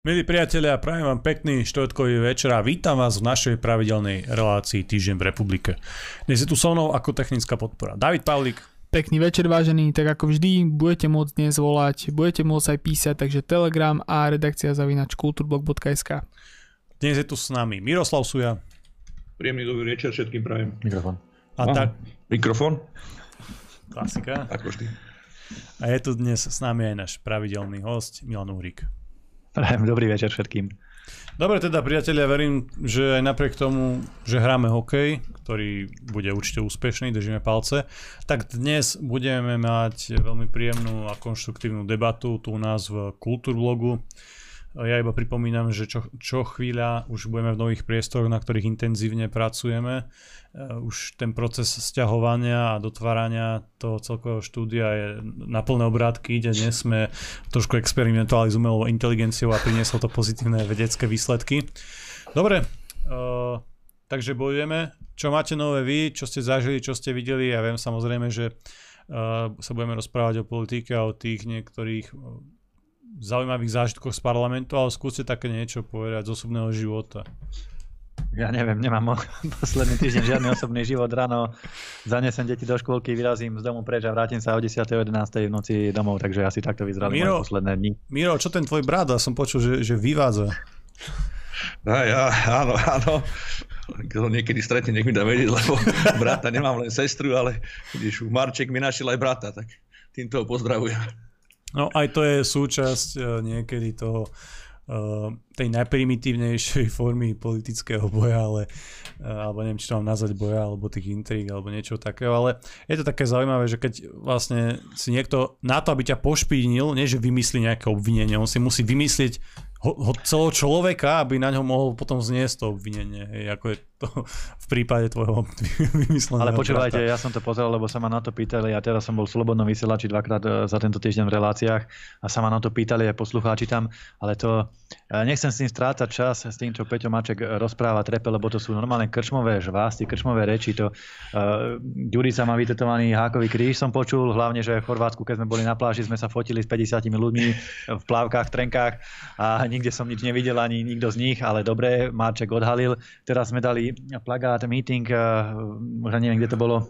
Milí priatelia, prajem vám pekný štvrtkový večer a vítam vás v našej pravidelnej relácii Týždeň v republike. Dnes je tu so mnou ako technická podpora David Pavlík. Pekný večer, vážení, tak ako vždy budete môcť dnes volať, budete môcť aj písať, takže Telegram a redakcia @kulturblog.sk. Dnes je tu s nami Miroslav Suja. Príjemný dobrý večer všetkým prajem. Mikrofón. Mikrofón? Klasika. Ako vždy. A je tu dnes s nami aj náš pravidelný host Milan Uhrík. Prajem dobrý večer všetkým. Dobre teda, priatelia, verím, že aj napriek tomu, že hráme hokej, ktorý bude určite úspešný, držíme palce, tak dnes budeme mať veľmi príjemnú a konštruktívnu debatu tu u nás v Kultúrblogu. Ja iba pripomínam, že čo chvíľa už budeme v nových priestoroch, na ktorých intenzívne pracujeme. Už ten proces sťahovania a dotvárania toho celkového štúdia je na plné obrátky. Dnes sme trošku experimentovali s umelou inteligenciou a prinieslo to pozitívne vedecké výsledky. Dobre, takže bojujeme. Čo máte nové vy, čo ste zažili, čo ste videli? Ja viem samozrejme, že sa budeme rozprávať o politike a o tých niektorých zaujímavých zážitkoch z parlamentu, ale skúste také niečo povedať z osobného života. Ja neviem, nemám posledný týždeň žiadny osobný život. Ráno zanesem deti do škôlky, vyrazím z domu preč a vrátim sa o 10. o 11. v noci domov, takže asi takto vyzerali moje posledné dni. Miro, čo ten tvoj brat? Ja som počul, že vyvádza. Áno. Kto niekedy stretne, nech mi dá vedieť, lebo brata nemám len sestru, ale když Marček mi našiel aj brata, tak týmto ho pozdravujem. No aj to je súčasť niekedy toho, tej najprimitívnejšej formy politického boja, alebo neviem, či to mám nazvať boja, alebo tých intríg, alebo niečo takého, ale je to také zaujímavé, že keď vlastne si niekto na to, aby ťa pošpínil, nie že vymyslí nejaké obvinenie, on si musí vymyslieť celého človeka, aby na ňo mohol potom zniesť to obvinenie, ako je to v prípade tvojho vymysleného. Ale počúvajte, ja som to pozeral, lebo sa ma na to pýtali, ja teraz som bol v Slobodnom vysielači dvakrát za tento týždeň v reláciách a sa ma na to pýtali aj poslucháči tam, ale to nechcem s tým strácať čas s tým, čo Peťo Maček rozpráva, trepe, lebo to sú normálne krčmové žvásty, krčmové reči, to Ďurica má vytetovaný hákový kríž, som počul, hlavne, že v Chorvátsku, keď sme boli na pláži, sme sa fotili s 50 ľuďmi v plávkach, v trenkách a nikde som nič nevidel, ani nikto z nich, ale dobre, Marček odhalil. Teraz sme dali plagát, meeting, možno neviem, kde to bolo,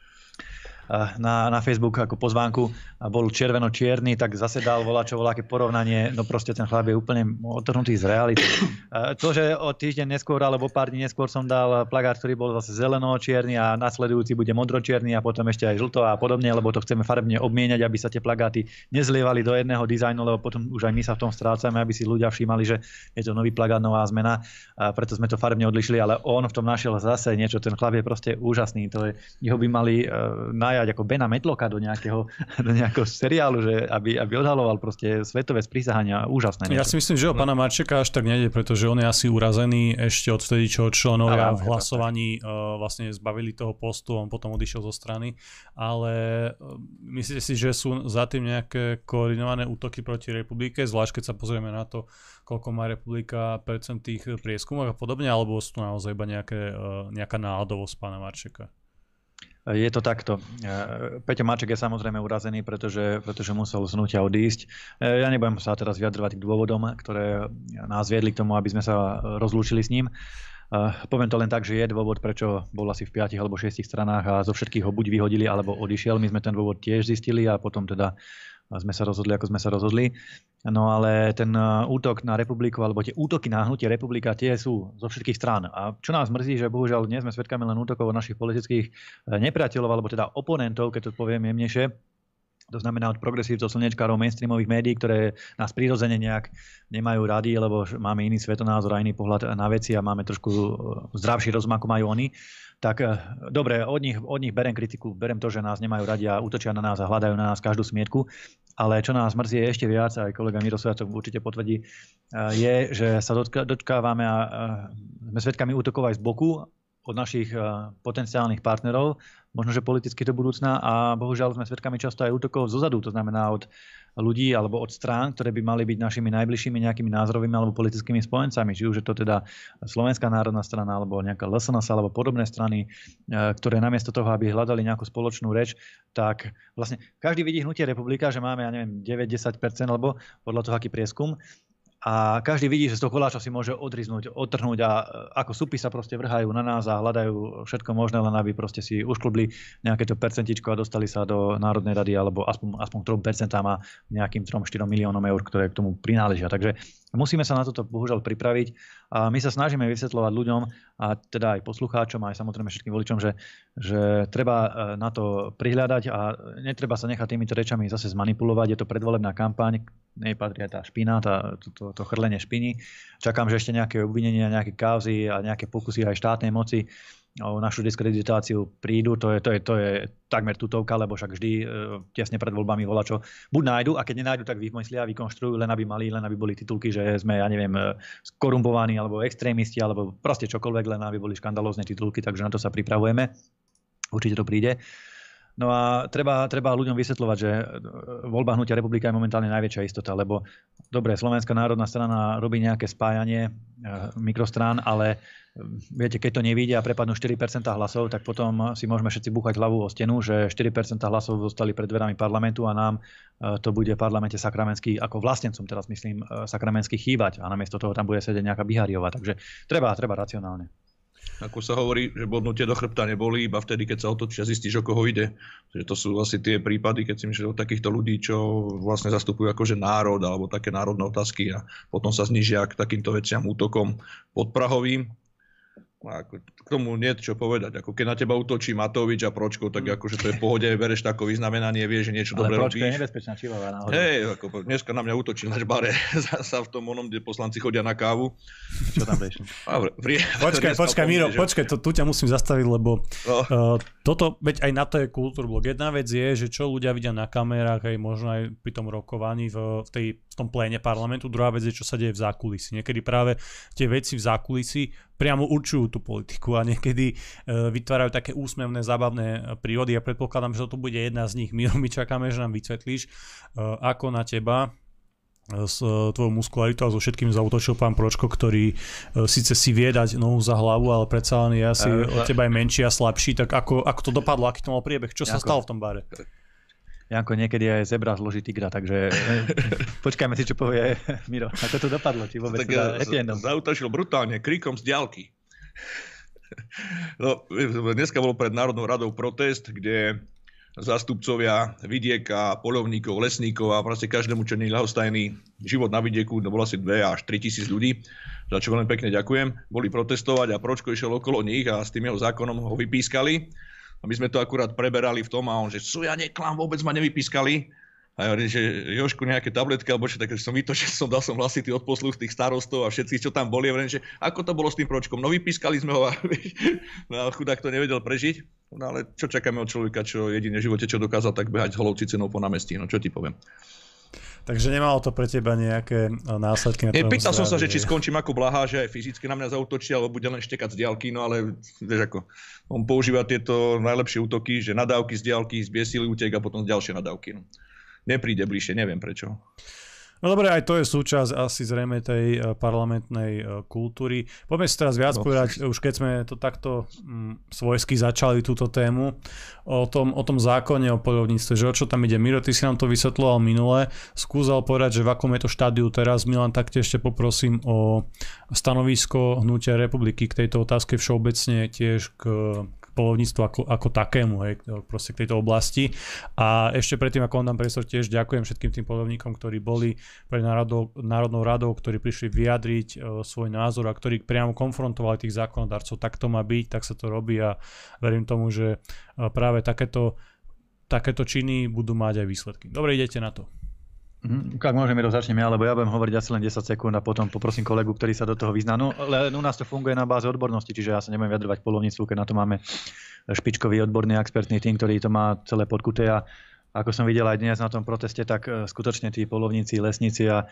na Facebook ako pozvánku a bol červeno-čierny, tak zase dal voľaké porovnanie, no proste ten chlap je úplne otrhnutý z reality. To, že o týždeň neskôr alebo pár dní neskôr som dal plagát, ktorý bol zase zeleno-čierny a nasledujúci bude modro-čierny a potom ešte aj žlto a podobne, lebo to chceme farbne obmieniať, aby sa tie plagáty nezlievali do jedného dizajnu, lebo potom už aj my sa v tom strácame, aby si ľudia všímali, že je to nový plagát, nová zmena, a preto sme to farbne odlišili, ale on v tom našiel zase niečo, ten chlap je proste úžasný, to je, jeho by mali ako Bena Medlocka do nejakého seriálu, že aby odhaloval proste svetové sprísahania. Úžasné. Ja si myslím, že o pána Marčeka až tak nejde, pretože on je asi urazený ešte odvtedy, čo členovia v hlasovaní vlastne zbavili toho postu, on potom odišiel zo strany. Ale myslíte si, že sú za tým nejaké koordinované útoky proti republike, zvlášť keď sa pozrieme na to, koľko má republika percent tých prieskumov a podobne, alebo sú to naozaj iba nejaká náladovosť pána Marčeka? Je to takto. Peťo Maček je samozrejme urazený, pretože musel z hnutia odísť. Ja nebudem sa teraz vyjadrovať k dôvodom, ktoré nás viedli k tomu, aby sme sa rozlúčili s ním. Poviem to len tak, že je dôvod, prečo bol asi v 5 alebo 6 stranách a zo všetkých ho buď vyhodili, alebo odišiel. My sme ten dôvod tiež zistili a potom teda sme sa rozhodli, ako sme sa rozhodli. No ale ten útok na republiku, alebo tie útoky na hnutie republika, tie sú zo všetkých strán. A čo nás mrzí, že bohužiaľ dnes sme svedkami len útokov od našich politických nepriateľov, alebo teda oponentov, keď to poviem jemnejšie. To znamená od progresívcov, slnečkárov, mainstreamových médií, ktoré nás prirodzene nejak nemajú radi, lebo máme iný svetonázor a iný pohľad na veci a máme trošku zdravší rozum, ako majú oni. Tak dobre, od nich berem kritiku, berem to, že nás nemajú radi a útočia na nás a hľadajú na nás každú smietku. Ale čo nás mrzí je ešte viac, aj kolega Miroslav to určite potvrdí, je, že sa dočkávame a sme svedkami útokov aj z boku od našich potenciálnych partnerov, možno, že politicky do budúcna a bohužiaľ sme svedkami často aj útokov zozadu, to znamená od ľudí alebo od strán, ktoré by mali byť našimi najbližšími nejakými názorovými alebo politickými spojencami, či už je to teda Slovenská národná strana alebo nejaká LSNS alebo podobné strany, ktoré namiesto toho, aby hľadali nejakú spoločnú reč, tak vlastne každý vidí hnutie republika, že máme, ja neviem, 9-10%, alebo podľa toho, aký prieskum. a každý vidí, že z toho koláča si môže odtrhnúť a ako supy sa proste vrhajú na nás a hľadajú všetko možné, len aby proste si ušklbli nejaké to percentičko a dostali sa do Národnej rady alebo aspoň 3% a nejakým 3-4 miliónom eur, ktoré k tomu prináležia. Takže musíme sa na toto bohužiaľ pripraviť a my sa snažíme vysvetľovať ľuďom a teda aj poslucháčom, aj samozrejme všetkým voličom, že treba na to prihľadať a netreba sa nechať týmito rečami zase zmanipulovať. Je to predvolebná kampaň, nepatrí aj tá špina, to chrlenie špiny. Čakám, že ešte nejaké obvinenia, nejaké kauzy a nejaké pokusy aj štátnej moci o našu diskreditáciu prídu. To je takmer tutovka, lebo však vždy tesne pred voľbami volačo buď nájdu, a keď nenájdu, tak vymyslia, vykonštruujú, len aby boli titulky, že sme, ja neviem, skorumpovaní alebo extrémisti, alebo proste čokoľvek, len aby boli škandalózne titulky, takže na to sa pripravujeme. Určite to príde. No a treba ľuďom vysvetľovať, že voľba Hnutia Republika je momentálne najväčšia istota, lebo dobre, Slovenská národná strana robí nejaké spájanie mikrostrán, ale viete, keď to nevíde a prepadnú 4% hlasov, tak potom si môžeme všetci búchať hlavu o stenu, že 4% hlasov zostali pred dverami parlamentu a nám to bude v parlamente sakramentsky, ako vlastencom teraz myslím, sakramentsky chýbať a namiesto toho tam bude sedieť nejaká Bihariová. Takže treba racionálne. Ako sa hovorí, že bodnutie do chrbta neboli, iba vtedy, keď sa otočí a zistíš, o koho ide. Že to sú asi tie prípady, keď si myslíš o takýchto ľudí, čo vlastne zastupujú akože národ alebo také národné otázky a potom sa znižia k takýmto veciam útokom podprahovým. K tomu nie je čo povedať. Ako keď na teba útočí Matovič a Pročko, tak akože to je v pohode, bereš tako vyznamenanie, vieš, že niečo dobre robíš. Ale Pročko je nebezpečná čivová náhodou. Hej, ako dneska na mňa útočil na bare sa v tom onom, kde poslanci chodia na kávu. Čo tam riešim? Počkaj, Miro, tu ťa musím zastaviť, lebo toto, veď aj na to je Kultúrblok. Jedna vec je, že čo ľudia vidia na kamerách, aj možno aj pri tom rokovaní v tom pléne parlamentu. Druhá vec je, čo sa deje v zákulisí. Niekedy práve tie veci v zákulisí priamo určujú tú politiku a niekedy vytvárajú také úsmevné, zábavné príhody. Ja predpokladám, že to bude jedna z nich. Miro, my čakáme, že nám vysvetlíš, ako na teba s tvojou muskularitou a so všetkým zaútočil pán Pročko, ktorý síce si vie dať nohu za hlavu, ale predsa len je asi od teba aj menší a slabší. Tak ako to dopadlo? Aký to mal priebeh? Čo sa stalo v tom bare? Janko, niekedy aj zebra zloží tigra, takže počkajme si, čo povie Miro. Ako to dopadlo? Či vôbec zaútočil brutálne, kríkom z diaľky. No, dneska bol pred Národnou radou protest, kde zástupcovia vidieka, poľovníkov, lesníkov a proste každému, čo nie je ľahostajný život na vidieku, to bolo asi 2 až 3 tisíc ľudí, za čo veľmi pekne ďakujem, boli protestovať a Pročko išiel okolo nich a s tým jeho zákonom ho vypískali. A my sme to akurát preberali v tom a on, že ja neklam, vôbec ma nevypískali. A ja hovorím, že Jožku, nejaké tabletky alebo čo, takže som vytočil, dal som hlasitý odposluch tých starostov a všetci, čo tam boli. Hovorím, že ako to bolo s tým Pročkom? No vypískali sme ho a chudák to nevedel prežiť. No ale čo čakáme od človeka, čo jedine v živote, čo dokázal tak behať s holou cicenou po námestí, no čo ti poviem. Takže nemalo to pre teba nejaké následky? Pýtal som sa, že či skončím ako Blaha, že aj fyzicky na mňa zaútočí, alebo bude len štekať z diaľky, no ale vieš ako, on používa tieto najlepšie útoky, že nadávky z diaľky, zbiesili útek a potom ďalšie nadávky. No. Nepríde bližšie, neviem prečo. No dobre, aj to je súčasť asi zrejme tej parlamentnej kultúry. Poďme si teraz viac povedať, už keď sme to takto svojsky začali túto tému, o tom zákone o poľovníctve, že o čo tam ide. Miro, ty si nám to vysvetľoval minule, skúsal povedať, že v akom je to štádiu teraz. Milan, taktiež ešte poprosím o stanovisko Hnutia Republiky k tejto otázke všeobecne, tiež k poľovníctvu ako takému, hej, proste k tejto oblasti. A ešte predtým, ako on dám priestor, tiež ďakujem všetkým tým poľovníkom, ktorí boli pred Národnou radou, ktorí prišli vyjadriť svoj názor a ktorí priamo konfrontovali tých zákonodarcov. Tak to má byť, tak sa to robí a verím tomu, že práve takéto činy budú mať aj výsledky. Dobre, idete na to. Ak môžeme, začnem ja, lebo ja budem hovoriť asi len 10 sekúnd a potom poprosím kolegu, ktorý sa do toho vyzná. No, len u nás to funguje na báze odbornosti, čiže ja sa nebudem vyjadrovať poľovníctvu, keď na to máme špičkový odborný expertný tým, ktorý to má celé podkuté. A ako som videl aj dnes na tom proteste, tak skutočne tí poľovníci, lesníci a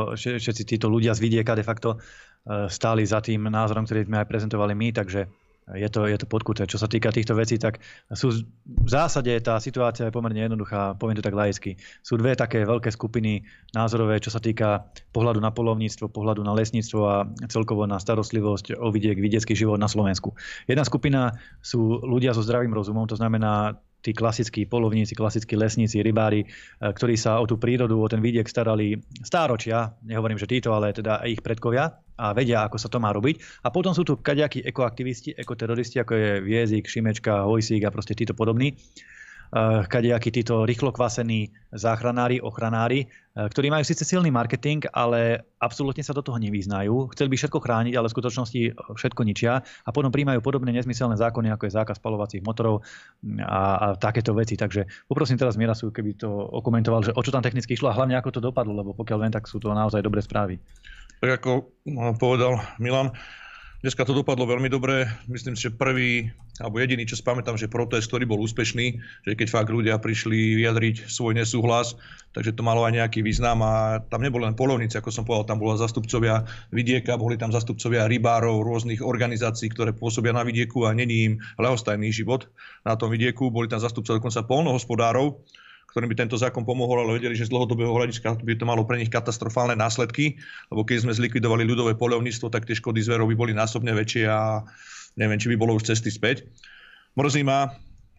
všetci títo ľudia z vidieka de facto stáli za tým názorom, ktorý sme aj prezentovali my, takže je to podkuté. Čo sa týka týchto vecí, tak sú v zásade tá situácia je pomerne jednoduchá, poviem to tak laicky. Sú dve také veľké skupiny názorové, čo sa týka pohľadu na poľovníctvo, pohľadu na lesníctvo a celkovo na starostlivosť o vidiecký život na Slovensku. Jedna skupina sú ľudia so zdravým rozumom, to znamená tí klasickí poľovníci, klasickí lesníci, rybári, ktorí sa o tú prírodu, o ten vidiek starali stáročia, nehovorím, že títo, ale teda ich predkovia a vedia, ako sa to má robiť. A potom sú tu kadejakí ekoaktivisti, ekoteroristi, ako je Viezik, Šimečka, Hojsík a proste títo podobní. Kadejakí títo rýchlo kvasení záchranári, ochranári, ktorí majú síce silný marketing, ale absolútne sa do toho nevyznajú. Chceli by všetko chrániť, ale v skutočnosti všetko ničia a potom príjmajú podobné nezmyselné zákony, ako je zákaz spaľovacích motorov a takéto veci. Takže poprosím teraz Mirasu, keby to okomentoval, že o čo tam technicky išlo a hlavne ako to dopadlo, lebo pokiaľ viem, tak sú to naozaj dobré správy. Tak ako povedal Milan, dneska to dopadlo veľmi dobre. Myslím si, že prvý alebo jediný, čo spamätám, že protest, ktorý bol úspešný, že keď fakt ľudia prišli vyjadriť svoj nesúhlas, takže to malo aj nejaký význam a tam neboli len poľovníci, ako som povedal, tam boli zastupcovia vidieka, boli tam zastupcovia rybárov, rôznych organizácií, ktoré pôsobia na vidieku a není im ľahostajný život na tom vidieku, boli tam zastupcovia dokonca poľnohospodárov, ktorým by tento zákon pomohol, ale vedeli, že z dlhodobého hľadiska by to malo pre nich katastrofálne následky, lebo keď sme zlikvidovali ľudové poľovníctvo, tak tie škody zverov by boli násobne väčšie a neviem, či by bolo už cesty späť. Mrzí ma,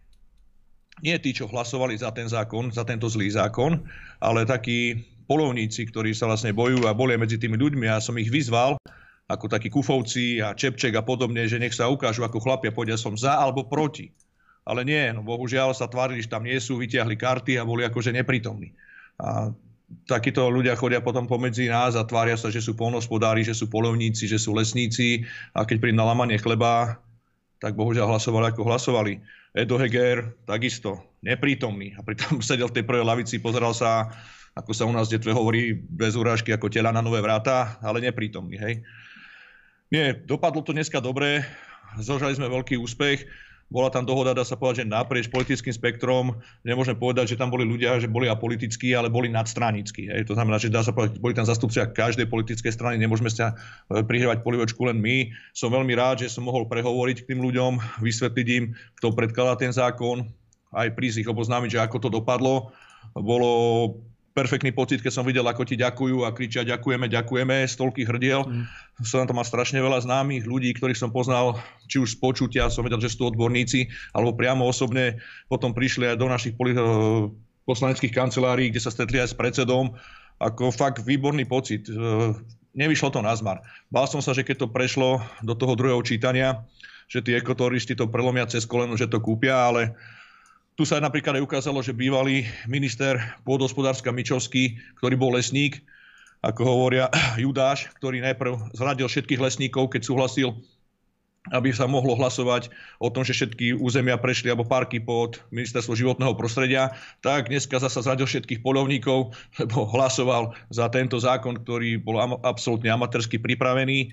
nie tí, čo hlasovali za ten zákon, za tento zlý zákon, ale takí poľovníci, ktorí sa vlastne bojujú a boli medzi tými ľuďmi a som ich vyzval, ako takí Kufovci a Čepček a podobne, že nech sa ukážu ako chlapia, povedia som za alebo proti. Ale nie, no bohužiaľ sa tvárili, že tam nie sú, vytiahli karty a boli akože neprítomní. A takíto ľudia chodia potom pomedzi nás a tvária sa, že sú poľnohospodári, že sú poľovníci, že sú lesníci a keď príde na lamanie chleba, tak bohužiaľ hlasovali ako hlasovali. Edo Heger takisto neprítomný a pritom sedel v tej prvej lavici, pozeral sa, ako sa u nás v detve hovorí, bez urážky ako tela na nové vráta, ale neprítomný. Hej. Nie, dopadlo to dneska dobre, zožali sme veľký úspech. Bola tam dohoda, dá sa povedať, že naprieč politickým spektrom. Nemôžem povedať, že tam boli ľudia, že boli apolitickí, ale boli nadstraníckí. To znamená, že dá sa povedať, boli tam zastupcovia každej politickej strany, nemôžeme sa prihrávať polivočku len my. Som veľmi rád, že som mohol prehovoriť k tým ľuďom, vysvetliť im, kto predkladá ten zákon, aj prísť ich oboznámiť, že ako to dopadlo. Bolo perfektný pocit, keď som videl, ako ti ďakujú a kričia ďakujeme, ďakujeme z toľkých hrdiel. Som tam mal strašne veľa známych ľudí, ktorých som poznal, či už z počutia, som vedel, že sú to odborníci, alebo priamo osobne potom prišli aj do našich poslaneckých kancelárií, kde sa stretli aj s predsedom. Ako fakt výborný pocit. Nevyšlo to na zmar. Bál som sa, že keď to prešlo do toho druhého čítania, že tí ekotoristi to prelomia cez koleno, že to kúpia, ale tu sa napríklad aj ukázalo, že bývalý minister pôdohospodárska Mičovský, ktorý bol lesník, ako hovoria Judáš, ktorý najprv zradil všetkých lesníkov, keď súhlasil, aby sa mohlo hlasovať o tom, že všetky územia prešli alebo parky pod ministerstvo životného prostredia, tak dneska zasa zradil všetkých poľovníkov, lebo hlasoval za tento zákon, ktorý bol absolútne amatérsky pripravený.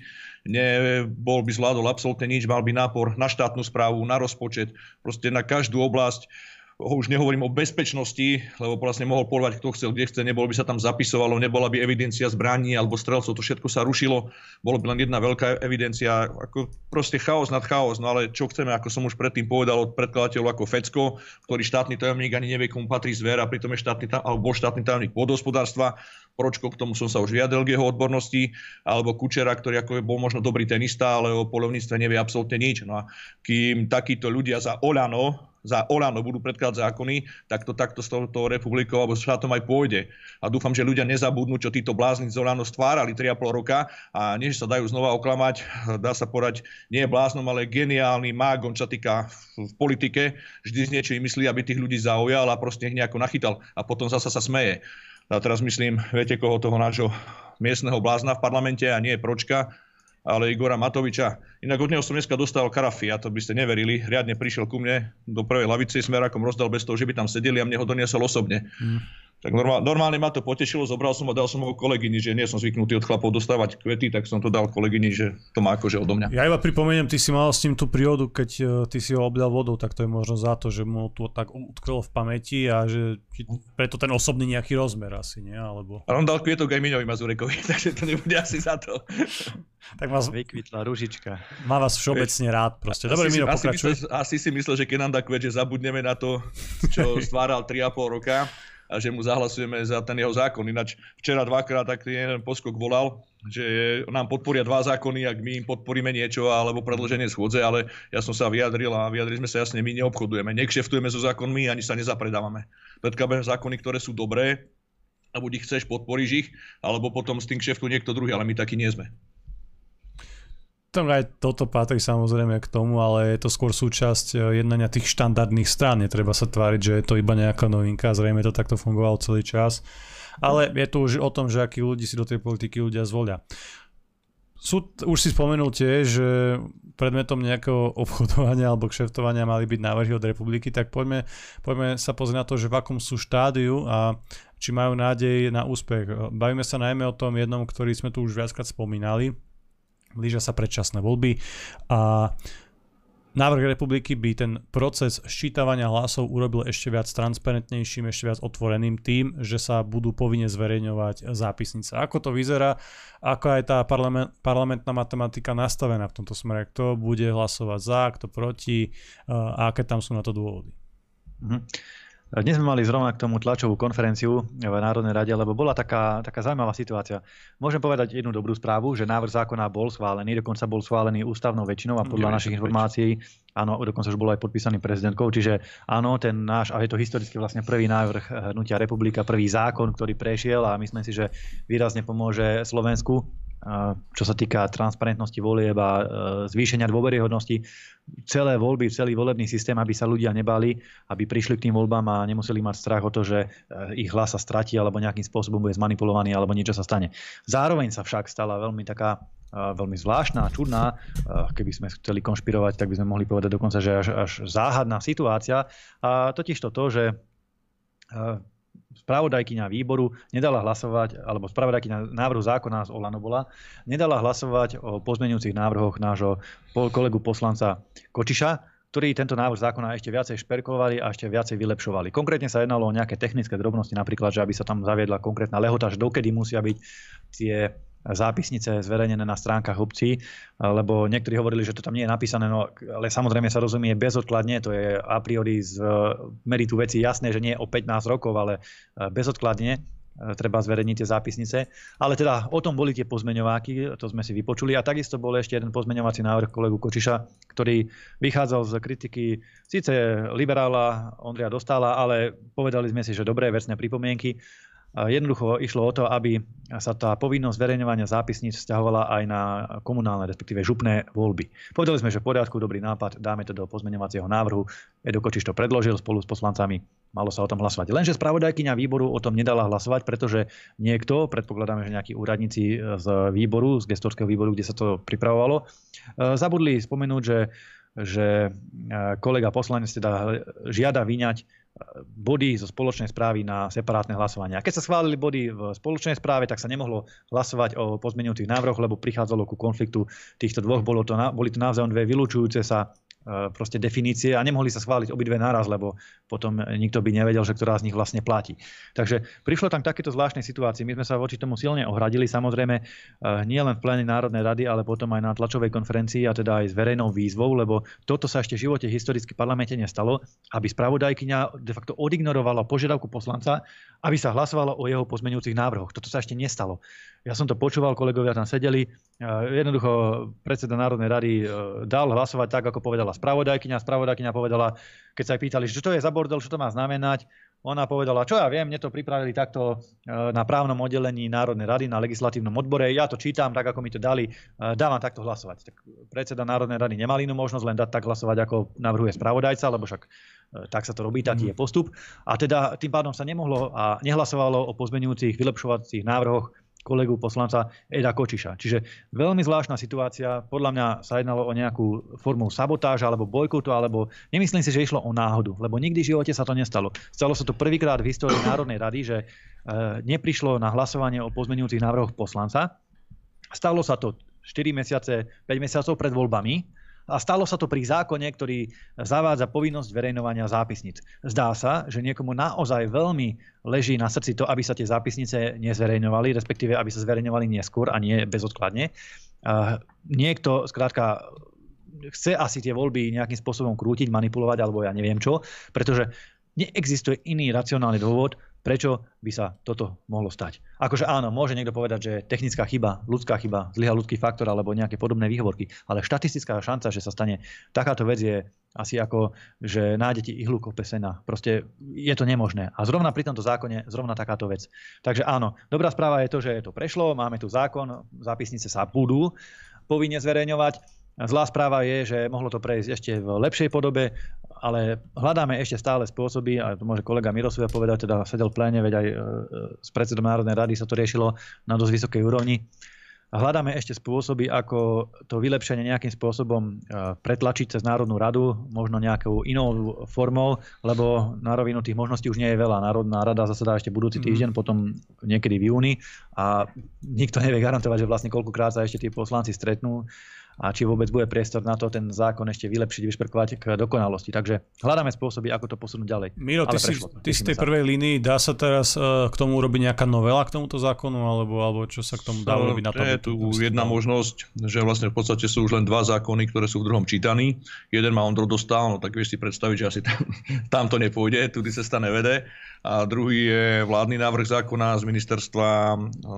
Nebol by zvládol absolútne nič, mal by nápor na štátnu správu, na rozpočet, proste na každú oblasť. Už nehovorím o bezpečnosti, lebo vlastne mohol poľovať kto chcel, kde chce, nebolo by sa tam zapisovalo, nebola by evidencia zbraní alebo strelcov, to všetko sa rušilo, bolo by len jedna veľká evidencia, ako proste chaos nad chaos, no ale čo chceme, ako som už predtým povedal od predkladateľov ako Fecko, ktorý štátny tajomník ani nevie, komu patrí zver a pritom je bol štátny tajomník pôdohospodárstva. Pročko, k tomu som sa už vyjadril k jeho odbornosti, alebo Kučera, ktorý ako bol možno dobrý tenista, ale o poľovníctve nevie absolútne nič. No a kým takíto ľudia za Olano budú predkladať zákony, tak to takto s touto republikou alebo štátom aj pôjde. A dúfam, že ľudia nezabudnú, čo títo blázni z Olano stvárali 3,5 roka a než sa dajú znova oklamať, dá sa povedať, nie je bláznom, ale geniálny mágon, čo sa týka v politike, vždy z niečo myslí, aby tých ľudí zaujal a proste ich nejako nachytal a potom zasa sa smeje. A teraz myslím, viete koho, toho nášho miestneho blázna v parlamente a nie je Pročka, ale Igora Matoviča. Inak od neho som dneska dostal karafy, a to by ste neverili. Riadne prišiel ku mne do prvej lavice, smerákom rozdal bez toho, že by tam sedeli a mne ho doniesol osobne. Tak normálne ma to potešilo, zobral som a dal som ho kolegyni, že nie som zvyknutý od chlapov dostávať kvety, tak som to dal kolegyni, že to má akože odo mňa. Ja iba pripomeniem, ty si mal s tým tú príhodu, keď ty si ho oblial vodou, tak to je možno za to, že mu to tak utkvelo v pamäti a že preto ten osobný nejaký rozmer asi, nie? Alebo... A on dal kvietok aj Miňovi Mazurekovi, takže to nebude asi za to. Tak vás... Vykvitla ružička. Má vás všeobecne rád proste. Dobre, Miro, pokračuj. Asi si myslel, že keď nám dá kvet, že zabudneme na to, čo stváral 3,5 roka. A že mu zahlasujeme za ten jeho zákon. Ináč včera dvakrát tak jeden poskok volal, že nám podporia 2 zákony, ak my im podporíme niečo alebo predĺženie schôdze, ale ja som sa vyjadril a vyjadrili sme sa jasne, my neobchodujeme, nekšeftujeme so zákonmi, ani sa nezapredávame. Predkladáme zákony, ktoré sú dobré a buď ich chceš, podporíš ich, alebo potom s tým kšeftuje niekto druhý, ale my takí nie sme. Aj toto patrí samozrejme k tomu, ale je to skôr súčasť jednania tých štandardných strán. Netreba sa tváriť, že je to iba nejaká novinka, zrejme to takto fungovalo celý čas. Ale je to už o tom, že akých ľudí si do tej politiky ľudia zvolia. Už si spomenul tiež, že predmetom nejakého obchodovania alebo kšeftovania mali byť návrhy od republiky, tak poďme sa pozrieť na to, že v akom sú štádiu a či majú nádej na úspech. Bavíme sa najmä o tom jednom, ktorý sme tu už viackrát spomínali. Blížia sa predčasné voľby a návrh republiky by ten proces sčítavania hlasov urobil ešte viac transparentnejším, ešte viac otvoreným tým, že sa budú povinne zverejňovať zápisnice. Ako to vyzerá, ako aj tá parlamentná matematika nastavená v tomto smere, kto bude hlasovať za, kto proti a aké tam sú na to dôvody. Dnes sme mali zrovna k tomu tlačovú konferenciu v Národnej rade, lebo bola taká zaujímavá situácia. Môžem povedať jednu dobrú správu, že návrh zákona bol schválený, dokonca bol schválený ústavnou väčšinou a podľa našich informácií, áno, dokonca už bol aj podpísaný prezidentkou, čiže áno, ten náš, a je to historicky vlastne prvý návrh Hnutia Republika, prvý zákon, ktorý prešiel a myslím si, že výrazne pomôže Slovensku, čo sa týka transparentnosti volieb a zvýšenia dôveryhodnosti. Celé voľby, celý volebný systém, aby sa ľudia nebali, aby prišli k tým voľbám a nemuseli mať strach o to, že ich hlas sa stratí alebo nejakým spôsobom bude zmanipulovaný alebo niečo sa stane. Zároveň sa však stala veľmi zvláštna, čudná, keby sme chceli konšpirovať, tak by sme mohli povedať dokonca, že až záhadná situácia. A totiž to, že spravodajkyňa výboru nedala hlasovať, alebo spravodajkyňa návrhu zákona z Olano bola, nedala hlasovať o pozmeňujúcich návrhoch nášho kolegu poslanca Kočiša, ktorí tento návrh zákona ešte viacej šperkovali a ešte viacej vylepšovali. Konkrétne sa jednalo o nejaké technické drobnosti, napríklad, že aby sa tam zaviedla konkrétna lehota, že dokedy musia byť tie zápisnice zverejnené na stránkach obcí, lebo niektorí hovorili, že to tam nie je napísané, no ale samozrejme sa rozumie bezodkladne, to je a priori z meritu veci jasné, že nie o 15 rokov, ale bezodkladne treba zverejniť tie zápisnice. Ale teda o tom boli tie pozmeňováky, to sme si vypočuli a takisto bol ešte jeden pozmeňovací návrh kolegu Kočiša, ktorý vychádzal z kritiky síce liberála Ondreja Dostála, ale povedali sme si, že dobré vecné pripomienky. Jednoducho išlo o to, aby sa tá povinnosť zverejňovania zápisníc vzťahovala aj na komunálne, respektíve župné voľby. Povedali sme, že v poriadku, dobrý nápad, dáme to do pozmeňovacieho návrhu. Edo Kočiš to predložil spolu s poslancami, malo sa o tom hlasovať. Lenže spravodajkyňa výboru o tom nedala hlasovať, pretože niekto, predpokladáme, že nejakí úradníci z výboru, z gestorského výboru, kde sa to pripravovalo, zabudli spomenúť, že kolega poslanec teda žiada vyňať body zo spoločnej správy na separátne hlasovanie. A keď sa schválili body v spoločnej správe, tak sa nemohlo hlasovať o pozmeňujúcich návrhoch, lebo prichádzalo ku konfliktu týchto dvoch. Boli to navzájom dve vylučujúce sa proste definície a nemohli sa schváliť obidve naraz, lebo potom nikto by nevedel, že ktorá z nich vlastne platí. Takže prišlo tam takéto zvláštnej situácii. My sme sa voči tomu silne ohradili, samozrejme nie len v pléne Národnej rady, ale potom aj na tlačovej konferencii a teda aj s verejnou výzvou, lebo toto sa ešte v živote historicky v parlamente nestalo, aby spravodajkyňa de facto odignorovala požiadavku poslanca, aby sa hlasovalo o jeho pozmeňujúcich návrhoch. Toto sa ešte nestalo. Ja som to počúval, kolegovia tam sedeli. Jednoducho predseda Národnej rady dal hlasovať tak, ako povedala spravodajkyňa. Spravodajkyňa povedala, keď sa aj pýtali, že čo to je za bordel, čo to má znamenať, ona povedala, čo ja viem, mne to pripravili takto na právnom oddelení Národnej rady, na legislatívnom odbore, ja to čítam tak, ako mi to dali, dávam takto hlasovať. Tak predseda Národnej rady nemal inú možnosť len dať tak hlasovať, ako navrhuje spravodajca, lebo však tak sa to robí, taký je postup. A teda tým pádom sa nemohlo a nehlasovalo o pozmeňujúcich vylepšovacích návrhoch kolegu poslanca Eda Kočiša. Čiže veľmi zvláštna situácia. Podľa mňa sa jednalo o nejakú formu sabotáža alebo bojkotu, alebo nemyslím si, že išlo o náhodu, lebo nikdy v živote sa to nestalo. Stalo sa to prvýkrát v histórii Národnej rady, že neprišlo na hlasovanie o pozmeňujúcich návrhoch poslanca. Stalo sa to 4 mesiace, 5 mesiacov pred voľbami. A stalo sa to pri zákone, ktorý zavádza povinnosť zverejňovania zápisníc. Zdá sa, že niekomu naozaj veľmi leží na srdci to, aby sa tie zápisnice nezverejňovali, respektíve aby sa zverejňovali neskôr a nie bezodkladne. Niekto skrátka chce asi tie voľby nejakým spôsobom krútiť, manipulovať alebo ja neviem čo, pretože neexistuje iný racionálny dôvod, prečo by sa toto mohlo stať. Akože áno, môže niekto povedať, že technická chyba, ľudská chyba, zlyhal ľudský faktor alebo nejaké podobné výhovorky, ale štatistická šanca, že sa stane takáto vec je asi ako, že nájdete ihlu kope sena. Proste je to nemožné. A zrovna pri tomto zákone zrovna takáto vec. Takže áno, dobrá správa je to, že to prešlo, máme tu zákon, zápisnice sa budú povinne zverejňovať. Zlá správa je, že mohlo to prejsť ešte v lepšej podobe, ale hľadáme ešte stále spôsoby, a to môže kolega Miroslavia povedať, teda sedel v pléne, veď aj s predsedom Národnej rady sa to riešilo na dosť vysokej úrovni. Hľadáme ešte spôsoby, ako to vylepšenie nejakým spôsobom pretlačiť cez Národnú radu, možno nejakou inou formou, lebo na rovinu tých možností už nie je veľa. Národná rada zasadá ešte budúci týždeň, potom niekedy v júni a nikto nevie garantovať, že vlastne koľkokrát sa ešte tí poslanci stretnú a či vôbec bude priestor na to ten zákon ešte vylepšiť, vyšperkovať k dokonalosti. Takže hľadáme spôsoby, ako to posunúť ďalej. Miro, ty si z tej prvej línii, dá sa teraz k tomu urobiť nejaká novela k tomuto zákonu, alebo čo sa k tomu dá urobiť na to? Je tu jedna možnosť, že vlastne v podstate sú už len 2 zákony, ktoré sú v druhom čítaní. Jeden má Ondro Dostál, no tak vieš si predstaviť, že asi tam to nepôjde, tudy cesta nevede. A druhý je vládny návrh zákona z Ministerstva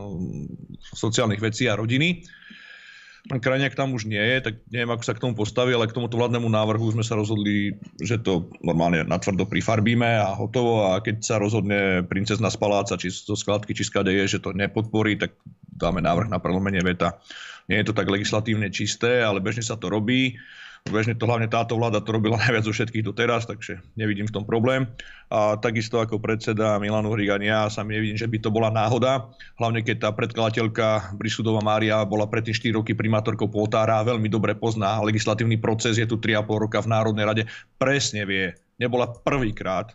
sociálnych vecí a rodiny. Pán Krajniak tam už nie je, tak neviem, ako sa k tomu postaví, ale k tomuto vládnemu návrhu sme sa rozhodli, že to normálne natvrdo prifarbíme a hotovo. A keď sa rozhodne princezna z paláca, či zo skladky, či skade je, že to nepodporí, tak dáme návrh na prelomenie veta. Nie je to tak legislatívne čisté, ale bežne sa to robí. Bežne to hlavne táto vláda to robila najviac zo všetkých doteraz, takže nevidím v tom problém. A takisto ako predseda Milan Uhrík a ja sami nevidím, že by to bola náhoda. Hlavne keď tá predkladateľka Brisudová Mária bola predtým 4 roky primátorkou Poltára a veľmi dobre pozná legislatívny proces, je tu 3,5 roka v Národnej rade, presne vie, nebola prvýkrát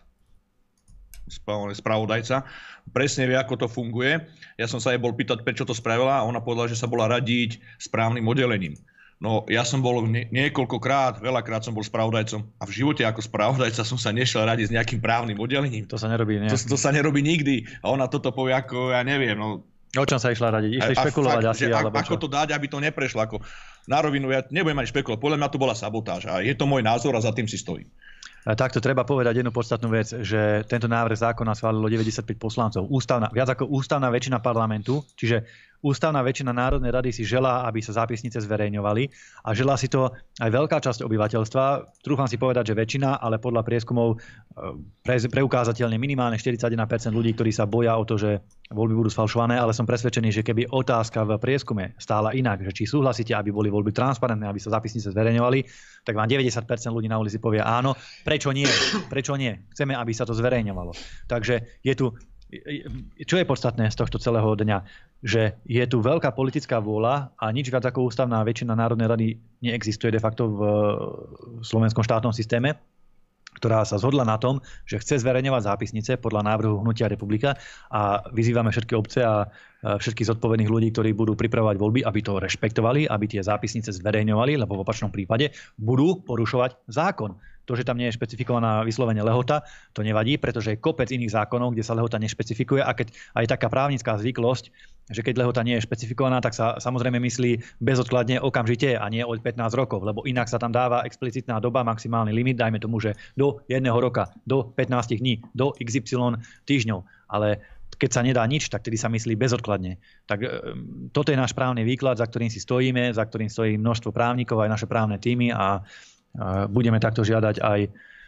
spravodajca, presne vie, ako to funguje. Ja som sa jej bol pýtať, prečo to spravila a ona povedala, že sa bola radiť správnym oddelením. No ja som bol niekoľkokrát, veľakrát som bol spravodajcom a v živote ako spravodajca som sa nešiel radiť s nejakým právnym oddelením. To sa nerobí, nie? To sa nerobí nikdy. A ona toto povie ako, ja neviem, no. O čom sa išla radiť? Išli špekulovať asi, alebo čo? Ako to dať, aby to neprešlo? Ako, na rovinu, ja nebudem ani špekulovať. Podľa mňa to bola sabotáž a je to môj názor a za tým si stojím. Takto treba povedať jednu podstatnú vec, že tento návrh zákona schválilo 95 poslancov. Viac ako ústavná väčšina parlamentu, čiže ústavná väčšina Národnej rady si želá, aby sa zápisnice zverejňovali a želá si to aj veľká časť obyvateľstva. Trúfam si povedať, že väčšina, ale podľa prieskumov preukázateľne minimálne 41% ľudí, ktorí sa boja o to, že voľby budú sfalšované, ale som presvedčený, že keby otázka v prieskume stála inak, že či súhlasíte, aby boli voľby transparentné, aby sa zápisnice zverejňovali, tak vám 90% ľudí na ulici povie áno. Prečo nie? Prečo nie? Chceme, aby sa to zverejňovalo. Takže je tu, čo je podstatné z tohto celého dňa, že je tu veľká politická vôľa a nič viac ako ústavná väčšina Národnej rady neexistuje de facto v slovenskom štátnom systéme, ktorá sa zhodla na tom, že chce zverejňovať zápisnice podľa návrhu Hnutia Republika a vyzývame všetky obce a všetkých zodpovedných ľudí, ktorí budú pripravovať voľby, aby to rešpektovali, aby tie zápisnice zverejňovali, lebo v opačnom prípade budú porušovať zákon. To, že tam nie je špecifikovaná vyslovene lehota, to nevadí, pretože je kopec iných zákonov, kde sa lehota nešpecifikuje a keď aj taká právnická zvyklosť, že keď lehota nie je špecifikovaná, tak sa samozrejme myslí bezodkladne okamžite a nie od 15 rokov, lebo inak sa tam dáva explicitná doba, maximálny limit, dajme tomu, že do 1 roka, do 15 dní, do XY týždňov. Ale keď sa nedá nič, tak tedy sa myslí bezodkladne. Tak toto je náš právny výklad, za ktorým si stojíme, za ktorým stojí množstvo právnikov, aj naše právne týmy a budeme takto žiadať aj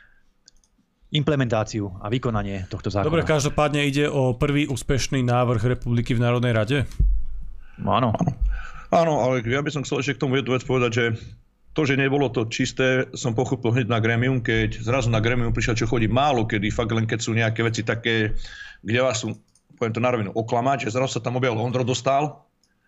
implementáciu a vykonanie tohto zákona. Dobre, každopádne ide o prvý úspešný návrh republiky v Národnej rade? No, áno. Áno, ale ja by som chcel ešte k tomu jednu vec povedať, že to, že nebolo to čisté, som pochopil hneď na grémium, keď zrazu na grémium prišiel, čo chodí málo kedy, fakt len keď sú nejaké veci také, kde vás sú poviem to na rovinu, oklamať, že zrazu sa tam objavil Ondro Dostál.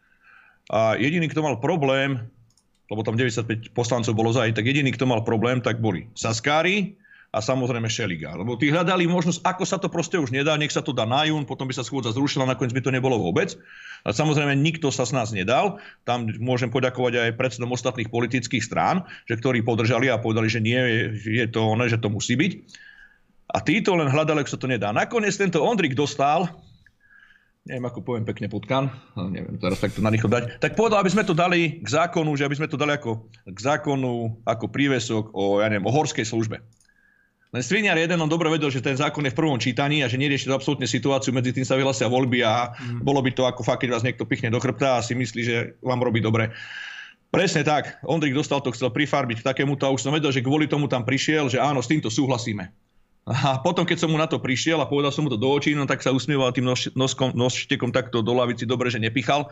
A jediný, kto mal problém, lebo tam 95 poslancov bolo za, tak jediný, kto mal problém, tak boli Saskári a samozrejme Šeliga. Lebo tí hľadali možnosť, ako sa to proste už nedá, nech sa to dá na jún, potom by sa schôdza zrušila, nakoniec by to nebolo vôbec. A samozrejme nikto sa s nás nedal. Tam môžem poďakovať aj predsedom ostatných politických strán, že ktorí podržali a povedali, že nie, je to ono, že to musí byť. A títo len hľadali, ako sa to nedá. Nakoniec tento Ondrik Dostál, neviem, ako poviem pekne potkan, neviem teraz takto na nich dať, tak povedal, aby sme to dali k zákonu, že aby sme to dali k zákonu ako prívesok o horskej službe. Len Skriniar jeden, on dobre vedel, že ten zákon je v prvom čítaní a že nerieši to absolútne situáciu, medzi tým sa vyhlasia voľby a bolo by to ako fakt, keď vás niekto pichne do chrbta a si myslí, že vám robí dobre. Presne tak, Ondrik Dostál to chcel prifarbiť k takémuto a už som vedel, že kvôli tomu tam prišiel, že áno, s týmto súhlasíme. A potom, keď som mu na to prišiel a povedal som mu to do očí, no tak sa usmieval tým nožštekom takto do lavici, dobre, že nepichal.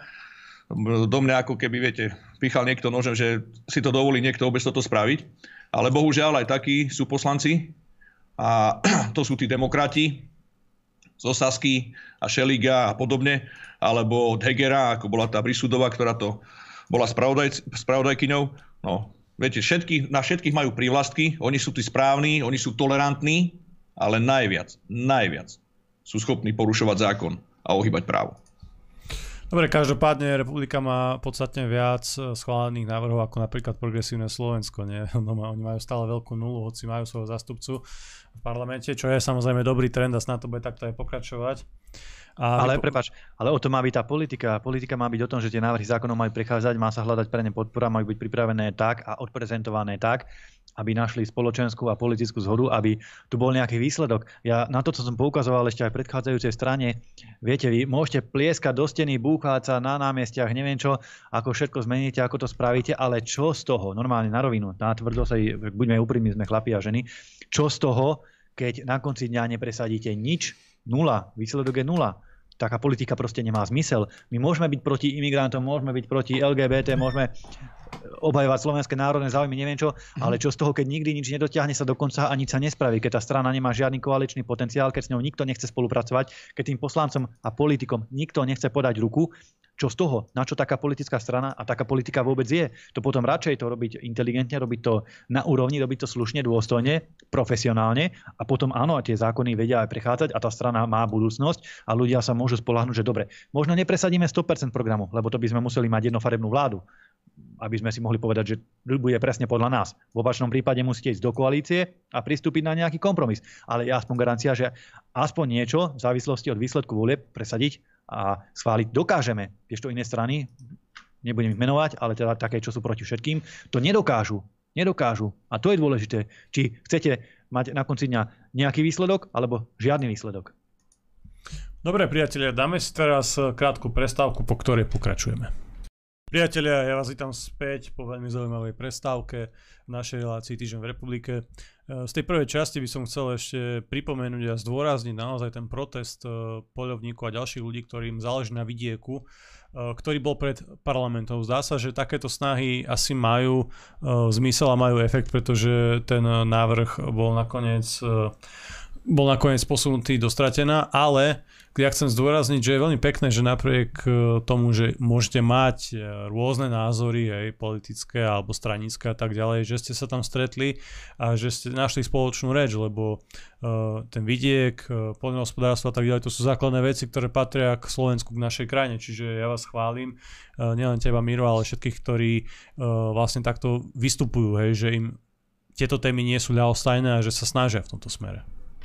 Do mňa ako keby, viete, pichal niekto nožem, že si to dovolí niekto vôbec toto spraviť. Ale bohužiaľ aj takí sú poslanci a to sú tí demokrati z Osasky a Šeliga a podobne, alebo od Hegera, ako bola tá Brisudová, ktorá to bola spravodajkyňou. No, viete, na všetkých majú prívlastky, oni sú tí správni, oni sú tolerantní, ale najviac sú schopní porušovať zákon a ohýbať právo. Dobre, každopádne republika má podstatne viac schválených návrhov ako napríklad progresívne Slovensko. Nie? Oni majú stále veľkú nulu, hoci majú svojho zástupcu v parlamente, čo je samozrejme dobrý trend a snad to bude takto aj pokračovať. Ale o tom má byť tá politika. Politika má byť o tom, že tie návrhy zákonov majú prechádzať, má sa hľadať pre ne podpora, majú byť pripravené tak a odprezentované tak, aby našli spoločenskú a politickú zhodu, aby tu bol nejaký výsledok. Ja na to, co som poukazoval ešte aj v predchádzajúcej strane, viete, vy môžete plieskať do steny, búchať sa na námestiach, neviem čo, ako všetko zmeníte, ako to spravíte, ale čo z toho, normálne na rovinu, na tvrdo sa, buďme úprimní, sme chlapi a ženy, čo z toho, keď na konci dňa nepresadíte nič, nula, výsledok je nula. Taká politika proste nemá zmysel. My môžeme byť proti imigrantom, môžeme byť proti LGBT, môžeme obhajovať slovenské národné záujmy, neviem čo, ale čo z toho, keď nikdy nič nedotiahne sa do konca a nič sa nespraví, keď tá strana nemá žiadny koaličný potenciál, keď s ňou nikto nechce spolupracovať, keď tým poslancom a politikom nikto nechce podať ruku, čo z toho, na čo taká politická strana a taká politika vôbec je. To potom radšej to robiť inteligentne, robiť to na úrovni, robiť to slušne, dôstojne, profesionálne a potom áno, a tie zákony vedia aj prechádzať a tá strana má budúcnosť a ľudia sa môžu spoľahnúť, že dobre, možno nepresadíme 100% programu, lebo to by sme museli mať jednofarebnú vládu, aby sme si mohli povedať, že bude presne podľa nás. V opačnom prípade musíte ísť do koalície a pristúpiť na nejaký kompromis. Ale je aspoň garancia, že aspoň niečo v závislosti od výsledku volieb presadiť a schváliť dokážeme. Kdežto iné strany, nebudem ich menovať, ale teda také, čo sú proti všetkým, to nedokážu. A to je dôležité. Či chcete mať na konci dňa nejaký výsledok, alebo žiadny výsledok. Dobre, priatelia, dáme si teraz krátku prestávku, po ktorej pokračujeme. Priatelia, ja vás vítam späť po veľmi zaujímavej prestávke v našej relácii Týždeň v republike. Z tej prvej časti by som chcel ešte pripomenúť a zdôrazniť naozaj ten protest poľovníkov a ďalších ľudí, ktorým záleží na vidieku, ktorý bol pred parlamentom. Zdá sa, že takéto snahy asi majú zmysel a majú efekt, pretože ten návrh bol nakoniec posunutý do stratená, ale ja chcem zdôrazniť, že je veľmi pekné, že napriek tomu, že môžete mať rôzne názory, aj politické alebo stranické a tak ďalej, že ste sa tam stretli a že ste našli spoločnú reč, lebo ten vidiek, poľnohospodárstvo a tak ďalej, to sú základné veci, ktoré patria k Slovensku, k našej krajine, čiže ja vás chválim, nielen teba, Miro, ale všetkých, ktorí vlastne takto vystupujú, hej, že im tieto témy nie sú ľahostajné a že sa snažia v tomto smere.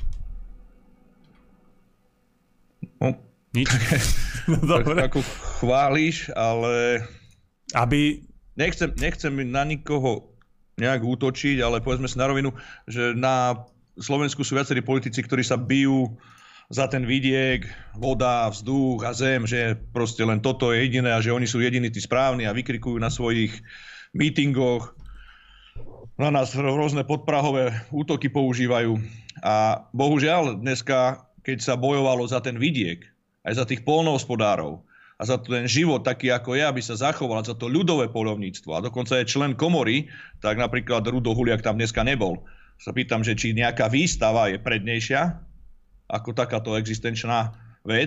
No, nič. Dobre. Ako chváliš, ale nechcem na nikoho nejak útočiť, ale povedzme si na rovinu, že na Slovensku sú viacerí politici, ktorí sa bijú za ten vidiek, voda, vzduch a zem, že proste len toto je jediné a že oni sú jediní tí správni a vykrikujú na svojich mítingoch. Na nás rôzne podprahové útoky používajú. A bohužiaľ dneska, keď sa bojovalo za ten vidiek, aj za tých poľnohospodárov a za ten život taký ako je, aby sa zachoval, za to ľudové poľovníctvo a dokonca je člen komory, tak napríklad Rudo Huliak tam dneska nebol. Sa pýtam, že či nejaká výstava je prednejšia ako takáto existenčná vec.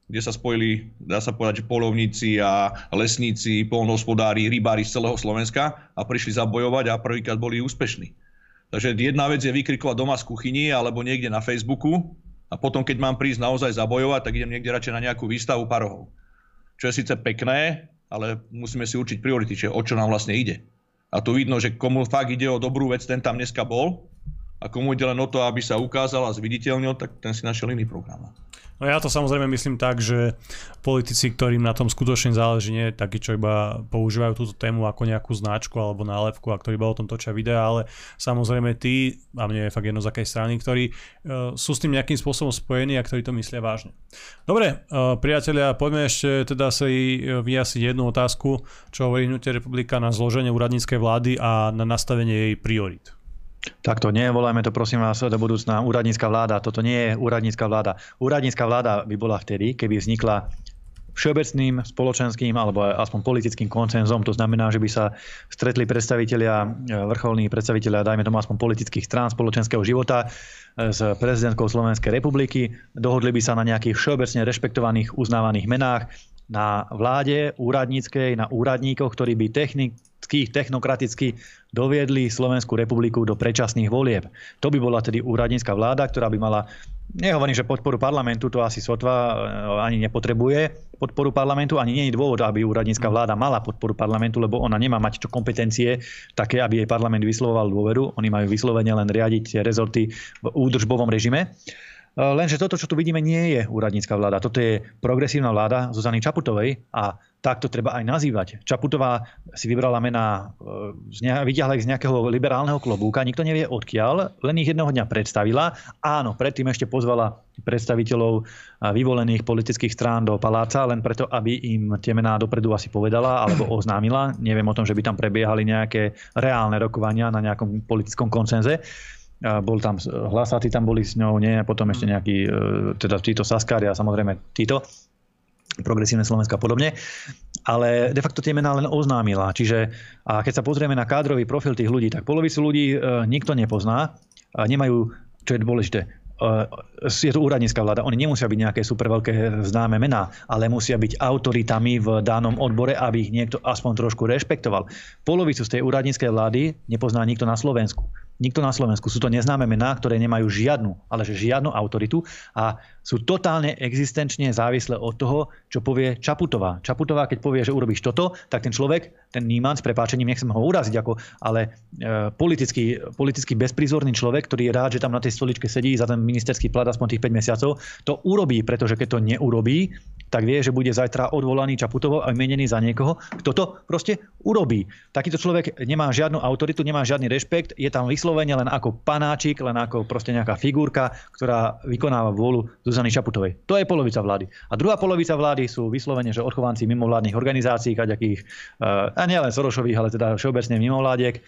kde sa spojili, dá sa povedať, že poľovníci a lesníci, poľnohospodári, rybári z celého Slovenska a prišli zabojovať a prvýkrát boli úspešní. Takže jedna vec je vykrikovať doma z kuchyni alebo niekde na Facebooku a potom, keď mám prísť naozaj zabojovať, tak idem niekde radšej na nejakú výstavu parohov. Čo je síce pekné, ale musíme si určiť priority, čiže o čo nám vlastne ide. A tu vidno, že komu fakt ide o dobrú vec, ten tam dneska bol. A komu ide len o to, aby sa ukázal a zviditeľnil, tak ten si našiel iný program. No ja to samozrejme myslím tak, že politici, ktorým na tom skutočne záleží, nie takí, čo iba používajú túto tému ako nejakú značku alebo nálepku a ktorí iba o tom točia videa, ale samozrejme tí, a mne je fakt jedno z akej strany, ktorí sú s tým nejakým spôsobom spojení a ktorí to myslia vážne. Dobre, priatelia, poďme ešte teda si vyjasniť jednu otázku, čo hovorí Hnutie Republika na zloženie úradníckej vlády a na nastavenie jej priorít. Takto, nevolajme to prosím vás do budúcna úradnícka vláda. Toto nie je úradnícka vláda. Úradnícka vláda by bola vtedy, keby vznikla všeobecným, spoločenským alebo aspoň politickým koncenzom. To znamená, že by sa stretli predstavitelia, vrcholní predstavitelia, dajme tomu aspoň politických strán, spoločenského života s prezidentkou Slovenskej republiky. Dohodli by sa na nejakých všeobecne rešpektovaných, uznávaných menách na vláde úradníckej, na úradníkoch, ktorí by technokraticky doviedli Slovenskú republiku do predčasných volieb. To by bola tedy úradnícka vláda, ktorá by mala, nehovorím, že podporu parlamentu, to asi sotva ani nepotrebuje podporu parlamentu, ani nie je dôvod, aby úradnícka vláda mala podporu parlamentu, lebo ona nemá mať čo kompetencie také, aby jej parlament vyslovoval dôveru. Oni majú vyslovene len riadiť rezorty v údržbovom režime. Lenže toto, čo tu vidíme, nie je úradnícka vláda. Toto je progresívna vláda Zuzany Čaputovej a tak to treba aj nazývať. Čaputová si vybrala mená, vyťahla ich z nejakého liberálneho klobúka, nikto nevie odkiaľ, len ich jedného dňa predstavila. Áno, predtým ešte pozvala predstaviteľov vyvolených politických strán do paláca, len preto, aby im tie mená dopredu asi povedala alebo oznámila. Neviem o tom, že by tam prebiehali nejaké reálne rokovania na nejakom politickom konsenze. Bol tam Hlasáci, tam boli s ňou, nie, potom ešte nejakí, teda títo Saskári a samozrejme títo, Progresívne Slovensko a podobne. Ale de facto tie mená len oznámila. Čiže a keď sa pozrieme na kádrový profil tých ľudí, tak polovicu ľudí nikto nepozná, nemajú, čo je dôležité, je to úradnícka vláda. Oni nemusia byť nejaké super veľké známe mená, ale musia byť autoritami v danom odbore, aby ich niekto aspoň trošku rešpektoval. Polovicu z tej úradníckej vlády nepozná nikto na Slovensku. Nikto na Slovensku. Sú to neznáme mená, ktoré nemajú žiadnu, ale že žiadnu autoritu a sú totálne existenčne závislé od toho, čo povie Čaputová. Čaputová, keď povie, že urobíš toto, tak ten človek, ten Níman, s prepáčením, nechcem ho uraziť, ale politicky bezprizorný človek, ktorý je rád, že tam na tej stoličke sedí za ten ministerský plat aspoň tých 5 mesiacov, to urobí, pretože keď to neurobí, tak vie, že bude zajtra odvolaný Čaputovou a menený za niekoho, kto to proste urobí. Takýto človek nemá žiadnu autoritu, nemá žiadny rešpekt, je tam vyslovene len ako panáčik, len ako proste nejaká figurka, ktorá vykonáva vôľu Zuzany Čaputovej. To je polovica vlády. A druhá polovica vlády sú vyslovene, že odchovanci mimovládnych organizácií, kaďakých, a nielen Sorošových, ale teda všeobecne mimovládiek,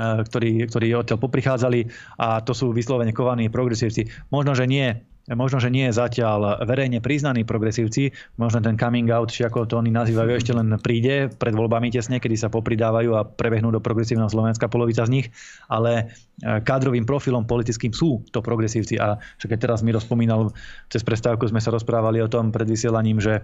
ktorí odtiaľ poprichádzali a to sú vyslovene kovaní progresívci. Možno, že nie zatiaľ verejne priznaní progresívci, možno ten coming out, či ako to oni nazývajú, ešte len príde pred voľbami tesne, kedy sa popridávajú a prebehnú do progresívneho Slovenska polovica z nich, ale kádrovým profilom politickým sú to progresívci. A keď teraz Miro spomínal, cez prestávku sme sa rozprávali o tom pred vysielaním, že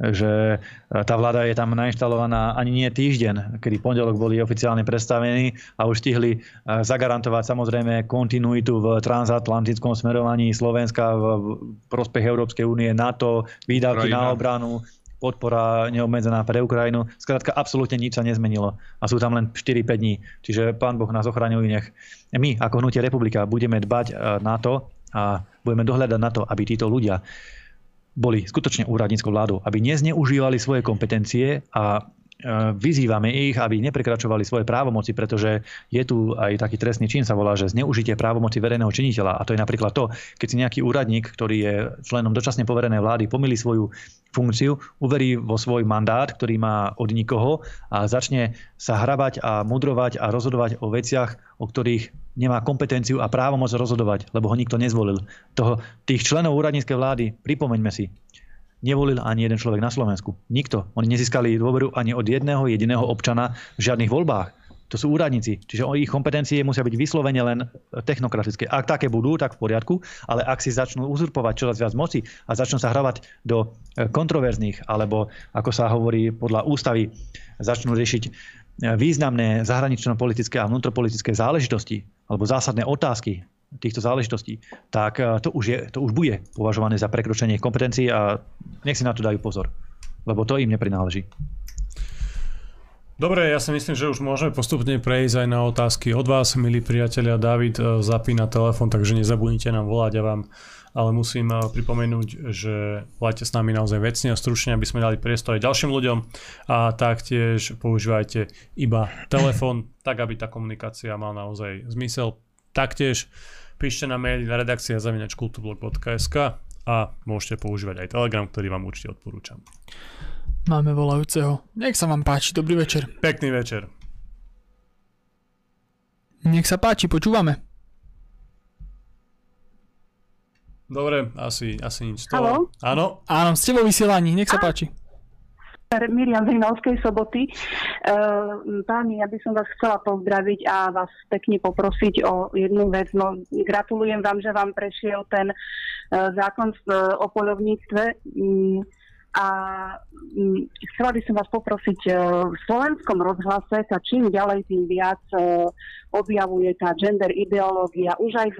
tá vláda je tam nainštalovaná ani nie týždeň, kedy pondelok boli oficiálne predstavení a už stihli zagarantovať samozrejme kontinuitu v transatlantickom smerovaní Slovenska v prospech Európskej únie, NATO, výdavky na obranu, podpora neobmedzená pre Ukrajinu. Skrátka, absolútne nič sa nezmenilo. A sú tam len 4-5 dní. Čiže Pán Boh nás ochraňuje, nech my ako Hnutie Republika budeme dbať na to a budeme dohľadať na to, aby títo ľudia boli skutočne úradníckou vládou, aby nezneužívali svoje kompetencie a vyzývame ich, aby neprekračovali svoje právomoci, pretože je tu aj taký trestný čin, sa volá, že zneužitie právomoci verejného činiteľa. A to je napríklad to, keď si nejaký úradník, ktorý je členom dočasne poverenej vlády, pomýli svoju funkciu, uverí vo svoj mandát, ktorý má od nikoho a začne sa hrabať a mudrovať a rozhodovať o veciach, o ktorých nemá kompetenciu a právomoc rozhodovať, lebo ho nikto nezvolil. Tých členov úradníckej vlády, pripomeňme si, nevolil ani jeden človek na Slovensku. Nikto. Oni nezískali dôveru ani od jedného jediného občana v žiadnych voľbách. To sú úradníci, čiže ich kompetencie musia byť vyslovene len technokratické. Ak také budú, tak v poriadku, ale ak si začnú uzurpovať čoraz viac moci a začnú sa hravať do kontroverzných, alebo ako sa hovorí podľa ústavy, začnú riešiť významné zahranično-politické a vnútropolitické záležitosti alebo zásadné otázky týchto záležitostí, tak to už bude považované za prekročenie kompetencií a nech si na to dajú pozor, lebo to im neprináleží. Dobre, ja si myslím, že už môžeme postupne prejsť aj na otázky od vás, milí priatelia. David zapína telefón, takže nezabudnite nám volať, ale musím pripomenúť, že volajte s nami naozaj vecne a stručne, aby sme dali priestor aj ďalším ľuďom a taktiež používajte iba telefón, tak aby tá komunikácia mala naozaj zmysel. Taktiež píšte na mail na redakcia@kulturblog.sk a môžete používať aj Telegram, ktorý vám určite odporúčam. Máme volajúceho. Nech sa vám páči, dobrý večer. Pekný večer. Nech sa páči, počúvame. Dobre, asi nič. Haló? Áno. Áno, ste vo vysielaní, nech sa páči. Miriam z Hrinovskej Soboty. Páni, ja by som vás chcela pozdraviť a vás pekne poprosiť o jednu vec. No, gratulujem vám, že vám prešiel ten zákon o poľovníctve. A chcela by som vás poprosiť, v slovenskom rozhlase sa čím ďalej, tým viac objavuje tá gender ideológia. Už aj v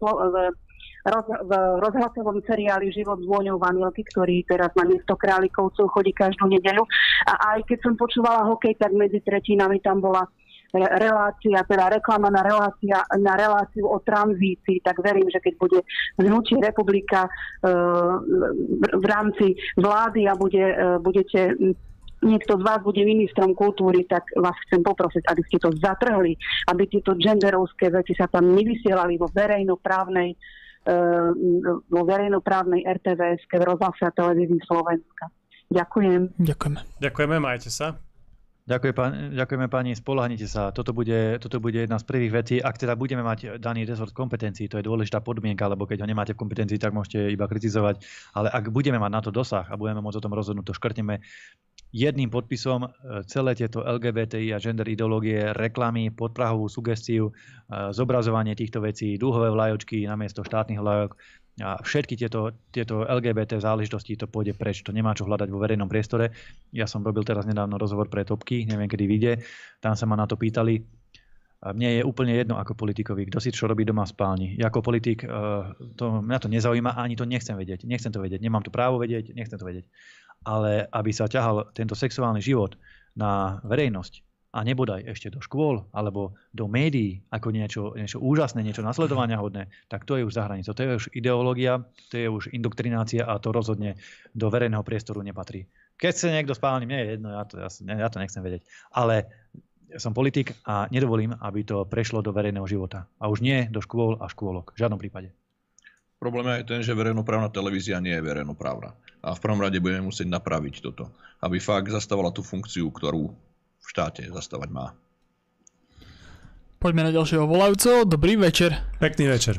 rozhlasovom seriáli Život s vôňou vanilky, ktorý teraz na miesto Králikovcov chodí každú nedeľu. A aj keď som počúvala hokej, tak medzi tretinami tam bola relácia, teda reklama na reláciu o tranzícii, tak verím, že keď bude hnutie Republika v rámci vlády a budete niekto z vás bude ministrom kultúry, tak vás chcem poprosiť, aby ste to zatrhli, aby tieto genderovské veci sa tam nevysielali vo verejnoprávnej RTVS, v rozhlase a televízii Slovenska. Ďakujem. Ďakujeme, majte sa. Ďakujeme pani, spoľahnite sa. Toto bude jedna z prvých vecí. Ak teda budeme mať daný rezort kompetencií, to je dôležitá podmienka, lebo keď ho nemáte v kompetencii, tak môžete iba kritizovať. Ale ak budeme mať na to dosah a budeme môcť o tom rozhodnúť, to škrtneme jedným podpisom celé tieto LGBTI a gender ideológie, reklamy, podprahovú sugestiu, zobrazovanie týchto vecí, dúhové vlajočky namiesto štátnych vlajok. A všetky tieto LGBT záležitosti to pôjde preč. To nemá čo hľadať vo verejnom priestore. Ja som robil teraz nedávno rozhovor pre Topky, neviem kedy vyjde. Tam sa ma na to pýtali. A mne je úplne jedno ako politikovi, kto si čo robí doma v spálni. Ja ako politik, mňa to nezaujíma a ani to nechcem vedieť. Nechcem to vedieť. Nemám to právo vedieť, nechcem to vedieť. Ale aby sa ťahal tento sexuálny život na verejnosť, a nebodaj ešte do škôl alebo do médií ako niečo úžasné, niečo nasledovania hodné, tak to je už za hranicou. To je už ideológia, to je už indoktrinácia a to rozhodne do verejného priestoru nepatrí. Keď sa niekto spálni, mne je jedno, ja to nechcem vedieť. Ale som politik a nedovolím, aby to prešlo do verejného života. A už nie do škôl a škôlok. V žiadnom prípade. Problém je ten, že verejnoprávna televízia nie je verejnoprávna. A v prvom rade budeme musieť napraviť toto, aby fakt zastávala tú funkciu, ktorú v štáte zastávať má. Poďme na ďalšieho volajúceho. Dobrý večer. Pekný večer.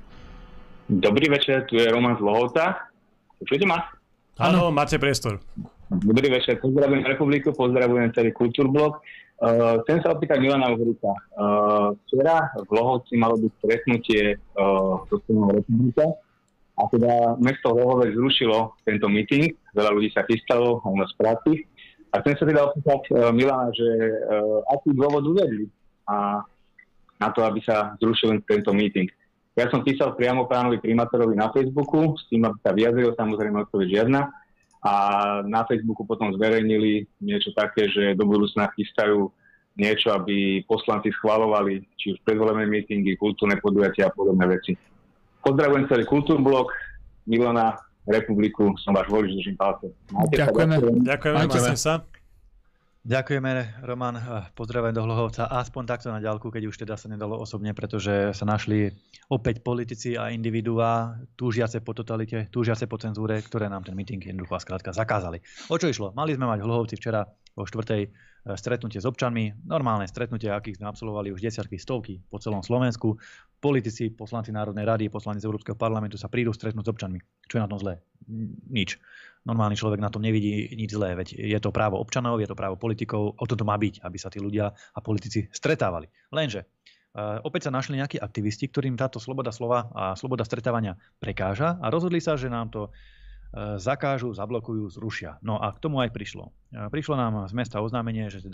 Dobrý večer, tu je Roman z Lohovca. Počujete ma? Áno, máte priestor. Dobrý večer, pozdravujem Republiku, pozdravujem celý Kultúrblog. Chcem sa opýtať Milana Uhríka. Včera v Lohovci malo byť stretnutie so stranou Republika a teda mesto Lohovec zrušilo tento meeting. Veľa ľudí sa chystalo u nás v práci. A chcem sa teda opýtať Milana, že aký dôvod uvedli na to, aby sa zrušil tento meeting. Ja som písal priamo pánovi primátorovi na Facebooku, s tým, aby sa vyjadril, samozrejme odpoveď žiadna. A na Facebooku potom zverejnili niečo také, že do budúcna chystajú niečo, aby poslanci schvaľovali, či už predvolené meetingy, kultúrne podujatia a podobné veci. Pozdravujem celý Kultúrblog, Milana, Republiku, som váš volič, držím palce. Ďakujeme. Majte sa. Ďakujeme, Roman. Pozdravujem do Hlohovca. Aspoň takto na ďalku, keď už teda sa nedalo osobne, pretože sa našli opäť politici a individuá túžiace po totalite, túžiace po cenzúre, ktoré nám ten meeting jednoducho a skrátka zakázali. O čo išlo? Mali sme mať v Hlohovci včera o 4:00 stretnutie s občanmi, normálne stretnutie, akých sme absolvovali už desiatky, stovky po celom Slovensku. Politici, poslanci Národnej rady, poslanci z Európskeho parlamentu sa prídu stretnúť s občanmi. Čo je na tom zlé? Nič. Normálny človek na tom nevidí nič zlé, veď je to právo občanov, je to právo politikov, o to má byť, aby sa tí ľudia a politici stretávali. Lenže opäť sa našli nejakí aktivisti, ktorým táto sloboda slova a sloboda stretávania prekáža a rozhodli sa, že nám to zakážu, zablokujú, zrušia. No a k tomu aj prišlo. Prišlo nám z mesta oznámenie, že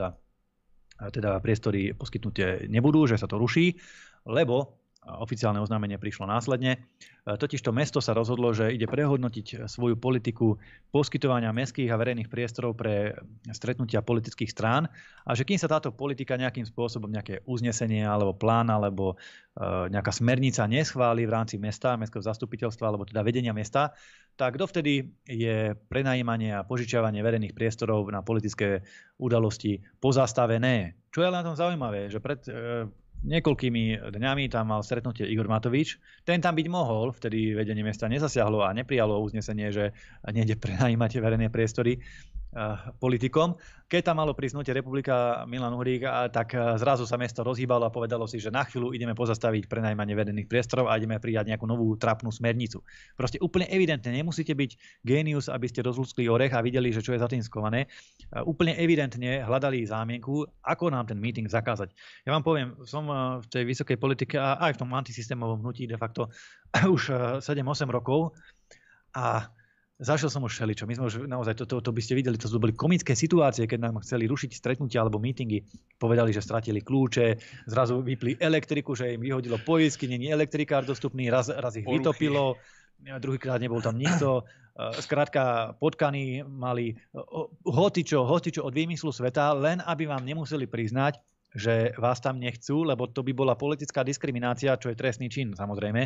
teda priestory poskytnuté nebudú, že sa to ruší, lebo oficiálne oznámenie prišlo následne. Totižto mesto sa rozhodlo, že ide prehodnotiť svoju politiku poskytovania mestských a verejných priestorov pre stretnutia politických strán a že kým sa táto politika nejakým spôsobom, nejaké uznesenie alebo plán alebo nejaká smernica neschváli v rámci mesta, mestského zastupiteľstva alebo teda vedenia mesta, tak dovtedy je prenajímanie a požičiavanie verejných priestorov na politické udalosti pozastavené. Čo je ale na tom zaujímavé, že pred niekoľkými dňami tam mal stretnutie Igor Matovič. Ten tam byť mohol, vtedy vedenie mesta nezasiahlo a neprijalo uznesenie, že nejde prenajímať verejné priestory politikom. Keď tam malo prísť hnutie Republika Milan Uhrík, tak zrazu sa mesto rozhýbalo a povedalo si, že na chvíľu ideme pozastaviť prenajímanie verejných priestorov a ideme prijať nejakú novú trapnú smernicu. Proste úplne evidentne, nemusíte byť génius, aby ste rozlúskli orech a videli, že čo je za tým skované. Úplne evidentne hľadali zámienku, ako nám ten meeting zakázať. Ja vám poviem, som v tej vysokej politike a aj v tom antisystémovom hnutí de facto už 7-8 rokov a zažil som už všeličo. My sme už naozaj, to by ste videli, to boli komické situácie, keď nám chceli rušiť stretnutia alebo mítingy. Povedali, že stratili kľúče, zrazu vypli elektriku, že im vyhodilo poisky, nie je elektrikár dostupný, raz ich vytopilo, druhýkrát nebol tam nikto. Skrátka, potkany mali hocičo od výmyslu sveta, len aby vám nemuseli priznať, že vás tam nechcú, lebo to by bola politická diskriminácia, čo je trestný čin, samozrejme.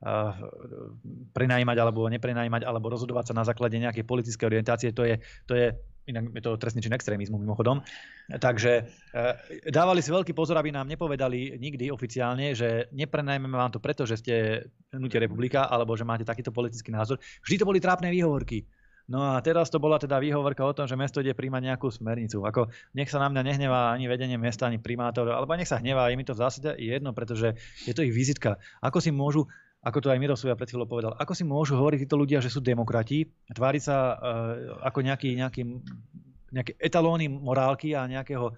Prenajímať alebo neprenajímať, alebo rozhodovať sa na základe nejakej politickej orientácie, to je inak je to trestný čin extrémizmu mimochodom. Takže dávali si veľký pozor, aby nám nepovedali nikdy oficiálne, že neprenajmeme vám to preto, že ste hnutie Republika, alebo že máte takýto politický názor. Vždy to boli trápne výhovorky. No a teraz to bola teda výhovorka o tom, že mesto ide príjmať nejakú smernicu. Ako nech sa na mňa nehnevá ani vedenie mesta, ani primátor, alebo nech sa hnevá, je mi to v zásade jedno, pretože je to ich vizitka. Ako si môžu, ako to aj Miroslav pred chvíľou povedal, ako si môžu hovoriť títo ľudia, že sú demokrati, tváriť sa ako nejaké etalóny morálky a nejakého,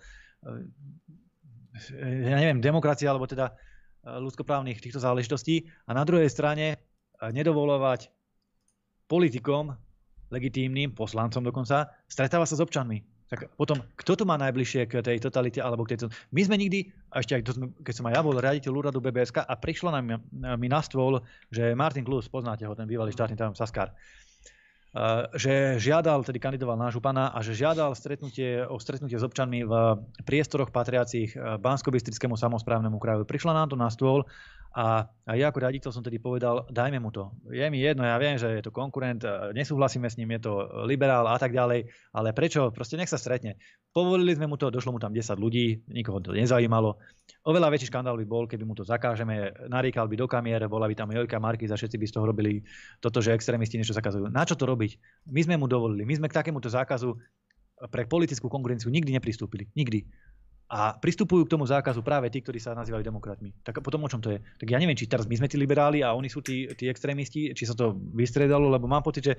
ja neviem, demokracie, alebo teda ľudskoprávnych týchto záležitostí a na druhej strane nedovolovať politikom, legitímnym poslancom dokonca, stretáva sa s občanmi. Tak potom, kto tu má najbližšie k tej totalite alebo k tejto... My sme nikdy, a ešte aj keď som aj ja bol riaditeľ úradu BBSK a prišlo mi na stôl, že Martin Klus, poznáte ho, ten bývalý štátny tajomník Saskár, že žiadal, tedy kandidoval na župana a že žiadal stretnutie s občanmi v priestoroch patriacich Banskobystrickému samosprávnemu kraju. Prišla nám to na stôl a ja ako riaditeľ som tedy povedal, dajme mu to. Je mi jedno, ja viem, že je to konkurent, nesúhlasíme s ním, je to liberál a tak ďalej, ale prečo? Proste nech sa stretne. Povolili sme mu to, došlo mu tam 10 ľudí, nikoho to nezajímalo. Oveľa väčší škandál by bol, keby mu to zakážeme, naríkal by do kamier, bola by tam Jojka Markiza, všetci by z toho robili toto, že extrémisti niečo zakazujú. Na čo to robiť? My sme mu dovolili, my sme k takémuto zákazu pre politickú konkurenciu nikdy nepristúpili. Nikdy. A pristupujú k tomu zákazu práve tí, ktorí sa nazývajú demokratmi. Tak potom o čom to je? Tak ja neviem, či teraz my sme tí liberáli a oni sú tí extrémisti, či sa to vystriedalo, lebo mám pocit, že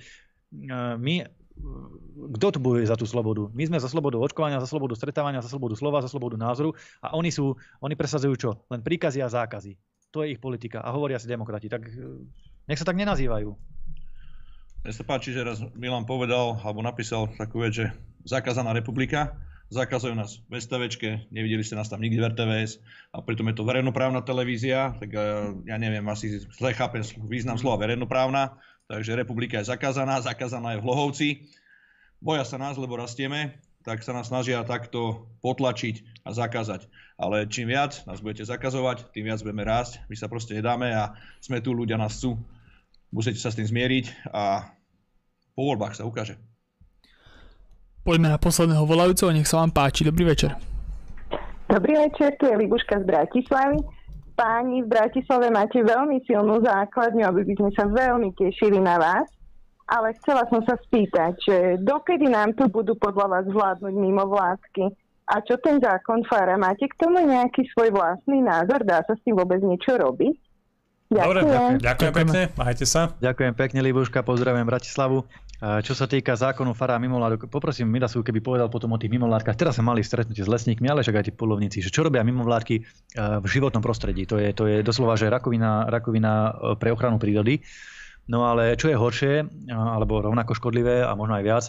kto tu bojuje za tú slobodu? My sme za slobodu očkovania, za slobodu stretávania, za slobodu slova, za slobodu názoru a oni presadzujú čo? Len príkazy a zákazy. To je ich politika a hovoria si demokrati. Tak nech sa tak nenazývajú. Mne sa páči, že raz Milan povedal alebo napísal takú vec, že zakázaná republika. Zakazujú nás v STVčke, nevideli ste nás tam nikdy v RTVS a pritom je to verejnoprávna televízia, tak ja neviem, asi zle chápem význam slova verejnoprávna, takže republika je zakázaná je v Hlohovci. Boja sa nás, lebo rastieme, tak sa nás snažia takto potlačiť a zakázať. Ale čím viac nás budete zakazovať, tým viac budeme rásť, my sa proste nedáme a sme tu, ľudia nás chcú. Musíte sa s tým zmieriť a po voľbách sa ukáže. Poďme na posledného volajúceho, nech sa vám páči. Dobrý večer. Dobrý večer, tu je Libuška z Bratislavy. Páni, v Bratislave máte veľmi silnú základňu, aby by sme sa veľmi tešili na vás. Ale chcela som sa spýtať, že dokedy nám tu budú podľa vás vládnuť mimovládky? A čo ten zákon FARA? Máte k tomu nejaký svoj vlastný názor? Dá sa s tým vôbec niečo robiť? Dobre, Ďakujem. ďakujem pekne, majte sa. Ďakujem pekne, Libuška, pozdravujem Bratislavu. Čo sa týka zákonu FARA a mimovládok, poprosím Midasu, keby povedal potom o tých mimovládkach. Teraz sme mali stretnutie s lesníkmi, ale však aj tí poľovníci, že čo robia mimovládky v životnom prostredí. To je doslova, že rakovina pre ochranu prírody. No ale čo je horšie, alebo rovnako škodlivé a možno aj viac,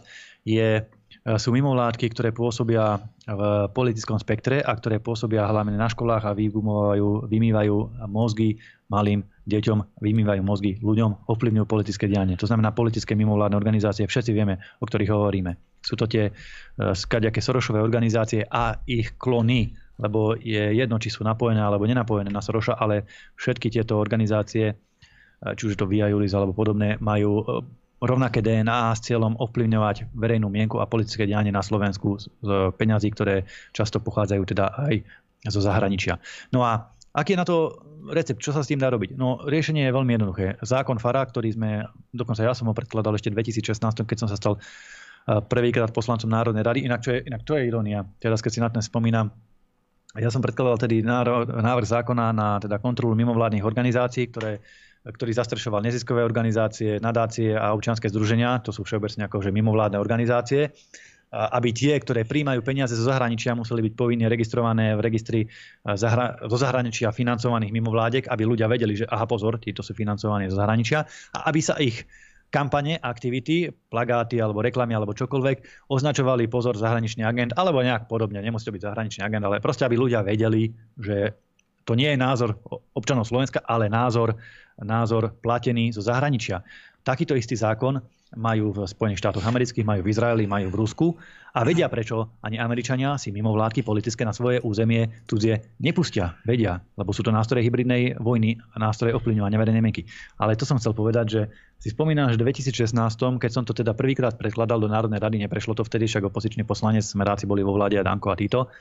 sú mimovládky, ktoré pôsobia v politickom spektre a ktoré pôsobia hlavne na školách a vymývajú mozgy malým deťom, vymývajú mozgy ľuďom, ovplyvňujú politické dianie. To znamená politické mimovládne organizácie, všetci vieme, o ktorých hovoríme. Sú to tie skaďaké Sorošové organizácie a ich klony, lebo je jedno, či sú napojené alebo nenapojené na Soroša, ale všetky tieto organizácie, či už to Via Julis alebo podobné, majú rovnaké DNA s cieľom ovplyvňovať verejnú mienku a politické dianie na Slovensku z peňazí, ktoré často pochádzajú teda aj zo zahraničia. No a aký je na to recept? Čo sa s tým dá robiť? No, riešenie je veľmi jednoduché. Zákon FARA, ktorý dokonca ja som ho predkladal ešte v 2016, keď som sa stal prvýkrát poslancom Národnej rady. Inak to je irónia. Teraz, keď si na ten spomínam, ja som predkladal tedy návrh zákona na teda kontrolu mimovládnych organizácií, ktorý zastrešoval neziskové organizácie, nadácie a občianske združenia, to sú všeobecne akože mimovládne organizácie, aby tie, ktoré prijímajú peniaze zo zahraničia, museli byť povinne registrované v registri zo zahraničia financovaných mimovládiek, aby ľudia vedeli, že aha, pozor, títo sú financovaní zo zahraničia, a aby sa ich kampane, aktivity, plagáty alebo reklamy alebo čokoľvek označovali pozor zahraničný agent alebo nejak podobne. Nemusí to byť zahraničný agent, ale proste aby ľudia vedeli, že to nie je názor občanov Slovenska, ale názor platený zo zahraničia. Takýto istý zákon majú v Spojených štátoch amerických, majú v Izraeli, majú v Rusku a vedia, prečo ani Američania si mimovládky politické na svoje územie cudzie nepustia. Vedia, lebo sú to nástroje hybridnej vojny a nástroje ovplyvňovania verejnej mienky. Ale to som chcel povedať, že si spomínam, že v 2016, keď som to teda prvýkrát predkladal do Národnej rady, neprešlo to vtedy, však opozičný poslanec, Smeráci boli vo vláde a Danko a Tito.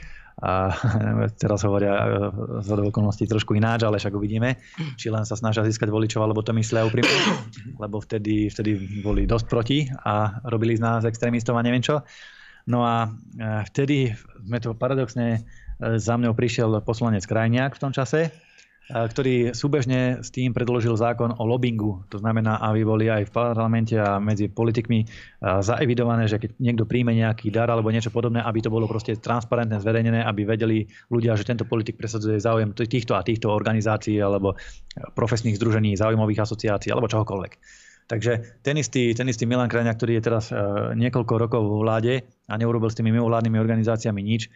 A teraz hovoria z okolností trošku ináč, ale však uvidíme, či len sa snažia získať voličov, alebo to myslia úprimne, lebo vtedy boli dosť proti a robili z nás extrémistov a neviem čo. No a vtedy sme to paradoxne, za mňou prišiel poslanec Krajniak v tom čase, ktorý súbežne s tým predložil zákon o lobingu. To znamená, aby boli aj v parlamente a medzi politikmi zaevidované, že keď niekto príjme nejaký dar alebo niečo podobné, aby to bolo proste transparentné, zverejnené, aby vedeli ľudia, že tento politik presadzuje záujem týchto a týchto organizácií alebo profesných združení, záujmových asociácií alebo čohokoľvek. Takže ten istý Milan Krajniak, ktorý je teraz niekoľko rokov vo vláde a neurobil s tými mimovládnymi organizáciami nič,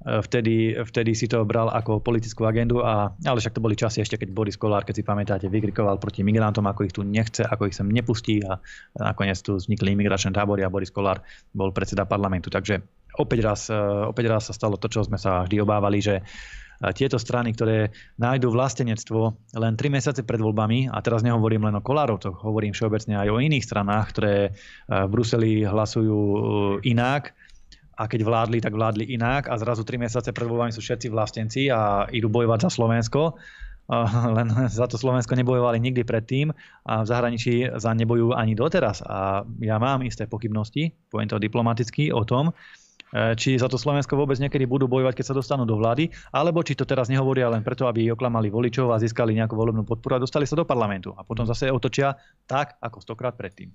vtedy si to bral ako politickú agendu, ale však to boli časy ešte, keď Boris Kollár, keď si pamätáte, vykrikoval proti migrantom, ako ich tu nechce, ako ich sem nepustí, a nakoniec tu vznikli imigračné tábory a Boris Kollár bol predseda parlamentu. Takže opäť raz sa stalo to, čo sme sa vždy obávali, že tieto strany, ktoré nájdú vlastenectvo len 3 mesiace pred voľbami, a teraz nehovorím len o Kollárovcoch, hovorím všeobecne aj o iných stranách, ktoré v Bruseli hlasujú inak, a keď vládli, tak vládli inak a zrazu 3 mesiace pred voľbami sú všetci vlastenci a idú bojovať za Slovensko. Len za to Slovensko nebojovali nikdy predtým a v zahraničí za nebojujú ani doteraz. A ja mám isté pochybnosti, poviem to diplomaticky, o tom, či za to Slovensko vôbec niekedy budú bojovať, keď sa dostanú do vlády, alebo či to teraz nehovoria len preto, aby oklamali voličov a získali nejakú volebnú podporu a dostali sa do parlamentu. A potom zase otočia tak, ako 100-krát predtým.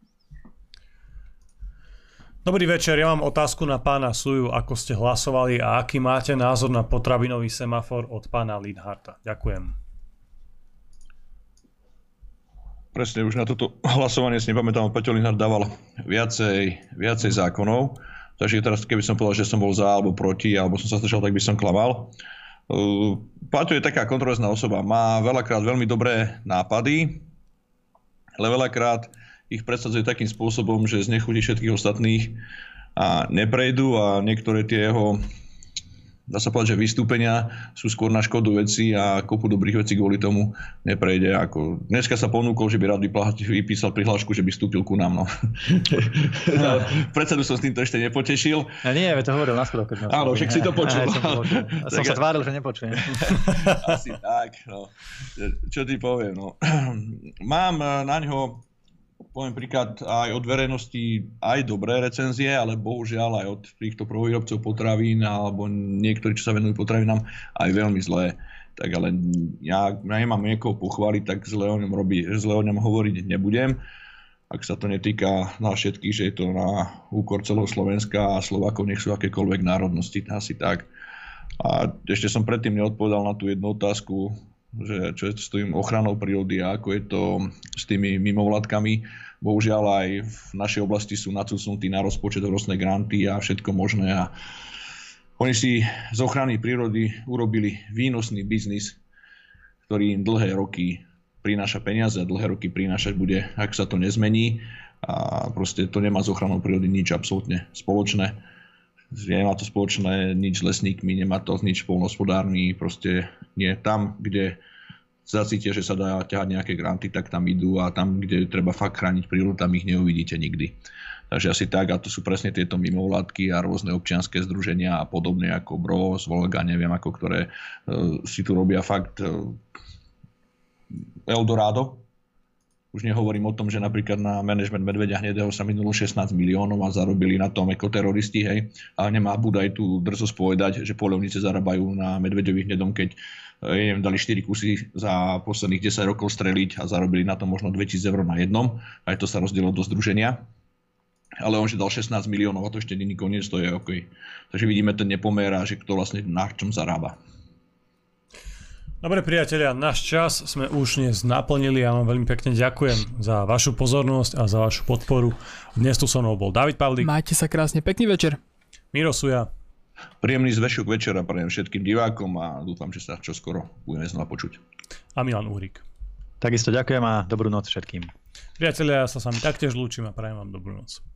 Dobrý večer, ja mám otázku na pána Suju, ako ste hlasovali a aký máte názor na potravinový semafor od pána Linharta. Ďakujem. Presne, už na toto hlasovanie si nepamätám, Paťo Linhart dával viacej zákonov, takže teraz keby som povedal, že som bol za alebo proti, alebo som sa zdržal, tak by som klamal. Paťo je taká kontroverzná osoba, má veľakrát veľmi dobré nápady, ale veľakrát ich predsadzuje takým spôsobom, že znechutí všetkých ostatných a neprejdú, a niektoré tie jeho, dá sa povedať, že vystúpenia sú skôr na škodu veci a kopu dobrých vecí kvôli tomu neprejde. Ako dneska sa ponúkol, že by rád vypísal prihlášku, že by vstúpil ku nám. No. Predsedu som s týmto ešte nepotešil. Nie, to hovoril na schodok. Áno, však si to počul. Som sa tváril, že nepočujem. Asi tak. No. Čo ti poviem? No. Mám na ňo poviem príklad, aj od verejnosti aj dobré recenzie, ale bohužiaľ aj od týchto prvovýrobcov potravín alebo niektorí, čo sa venujú potravinám, aj veľmi zlé. Tak ale ja nemám niekoho pochváliť, tak zle o ňom hovoriť nebudem. Ak sa to netýka nás všetkých, že je to na úkor celého Slovenska a Slovákov nech sú akékoľvek národnosti, asi tak. A ešte som predtým neodpovedal na tú jednu otázku, že čo je s tým ochranou prírody a ako je to s tými mimovládkami. Bohužiaľ aj v našej oblasti sú nacucnutí na rozpočet rôzne granty a všetko možné. A oni si z ochrany prírody urobili výnosný biznis, ktorý im dlhé roky prináša peniaze a dlhé roky prinášať bude, ak sa to nezmení. A proste to nemá s ochranou prírody nič absolútne spoločné. Nemá to spoločné nič s lesníkmi, nemá to nič s poľnohospodármi, proste nie. Tam, kde zacítia, že sa dá ťahať nejaké granty, tak tam idú a tam, kde treba fakt chrániť prírodu, tam ich neuvidíte nikdy. Takže asi tak, a to sú presne tieto mimovládky a rôzne občianske združenia a podobne ako BROS, Volga, neviem ako, ktoré si tu robia fakt Eldorado. Už nehovorím o tom, že napríklad na management medveďa hnedého sa minulo 16 miliónov a zarobili na tom ekoteroristi, hej. A nemá Budaj tú drzosť povedať, že poľovníci zarábajú na medveďovi hnedom, keď neviem, dali 4 kusy za posledných 10 rokov streliť a zarobili na to možno 2000 eur na jednom. Aj to sa rozdielilo do združenia. Ale on, že dal 16 miliónov a to ešte není koniec, to je OK. Takže vidíme ten nepomer a že kto vlastne na čom zarába. Dobre priatelia, náš čas sme už dnes naplnili a vám veľmi pekne ďakujem za vašu pozornosť a za vašu podporu. Dnes tu so mnou bol David Pavlík. Majte sa krásne, pekný večer. Miro Suja. Príjemný zvyšok večera prajem všetkým divákom a dúfam, že sa čoskoro budeme znova počuť. A Milan Uhrík. Takisto ďakujem a dobrú noc všetkým. Priatelia, ja sa s vami taktiež lúčim a prajem vám dobrú noc.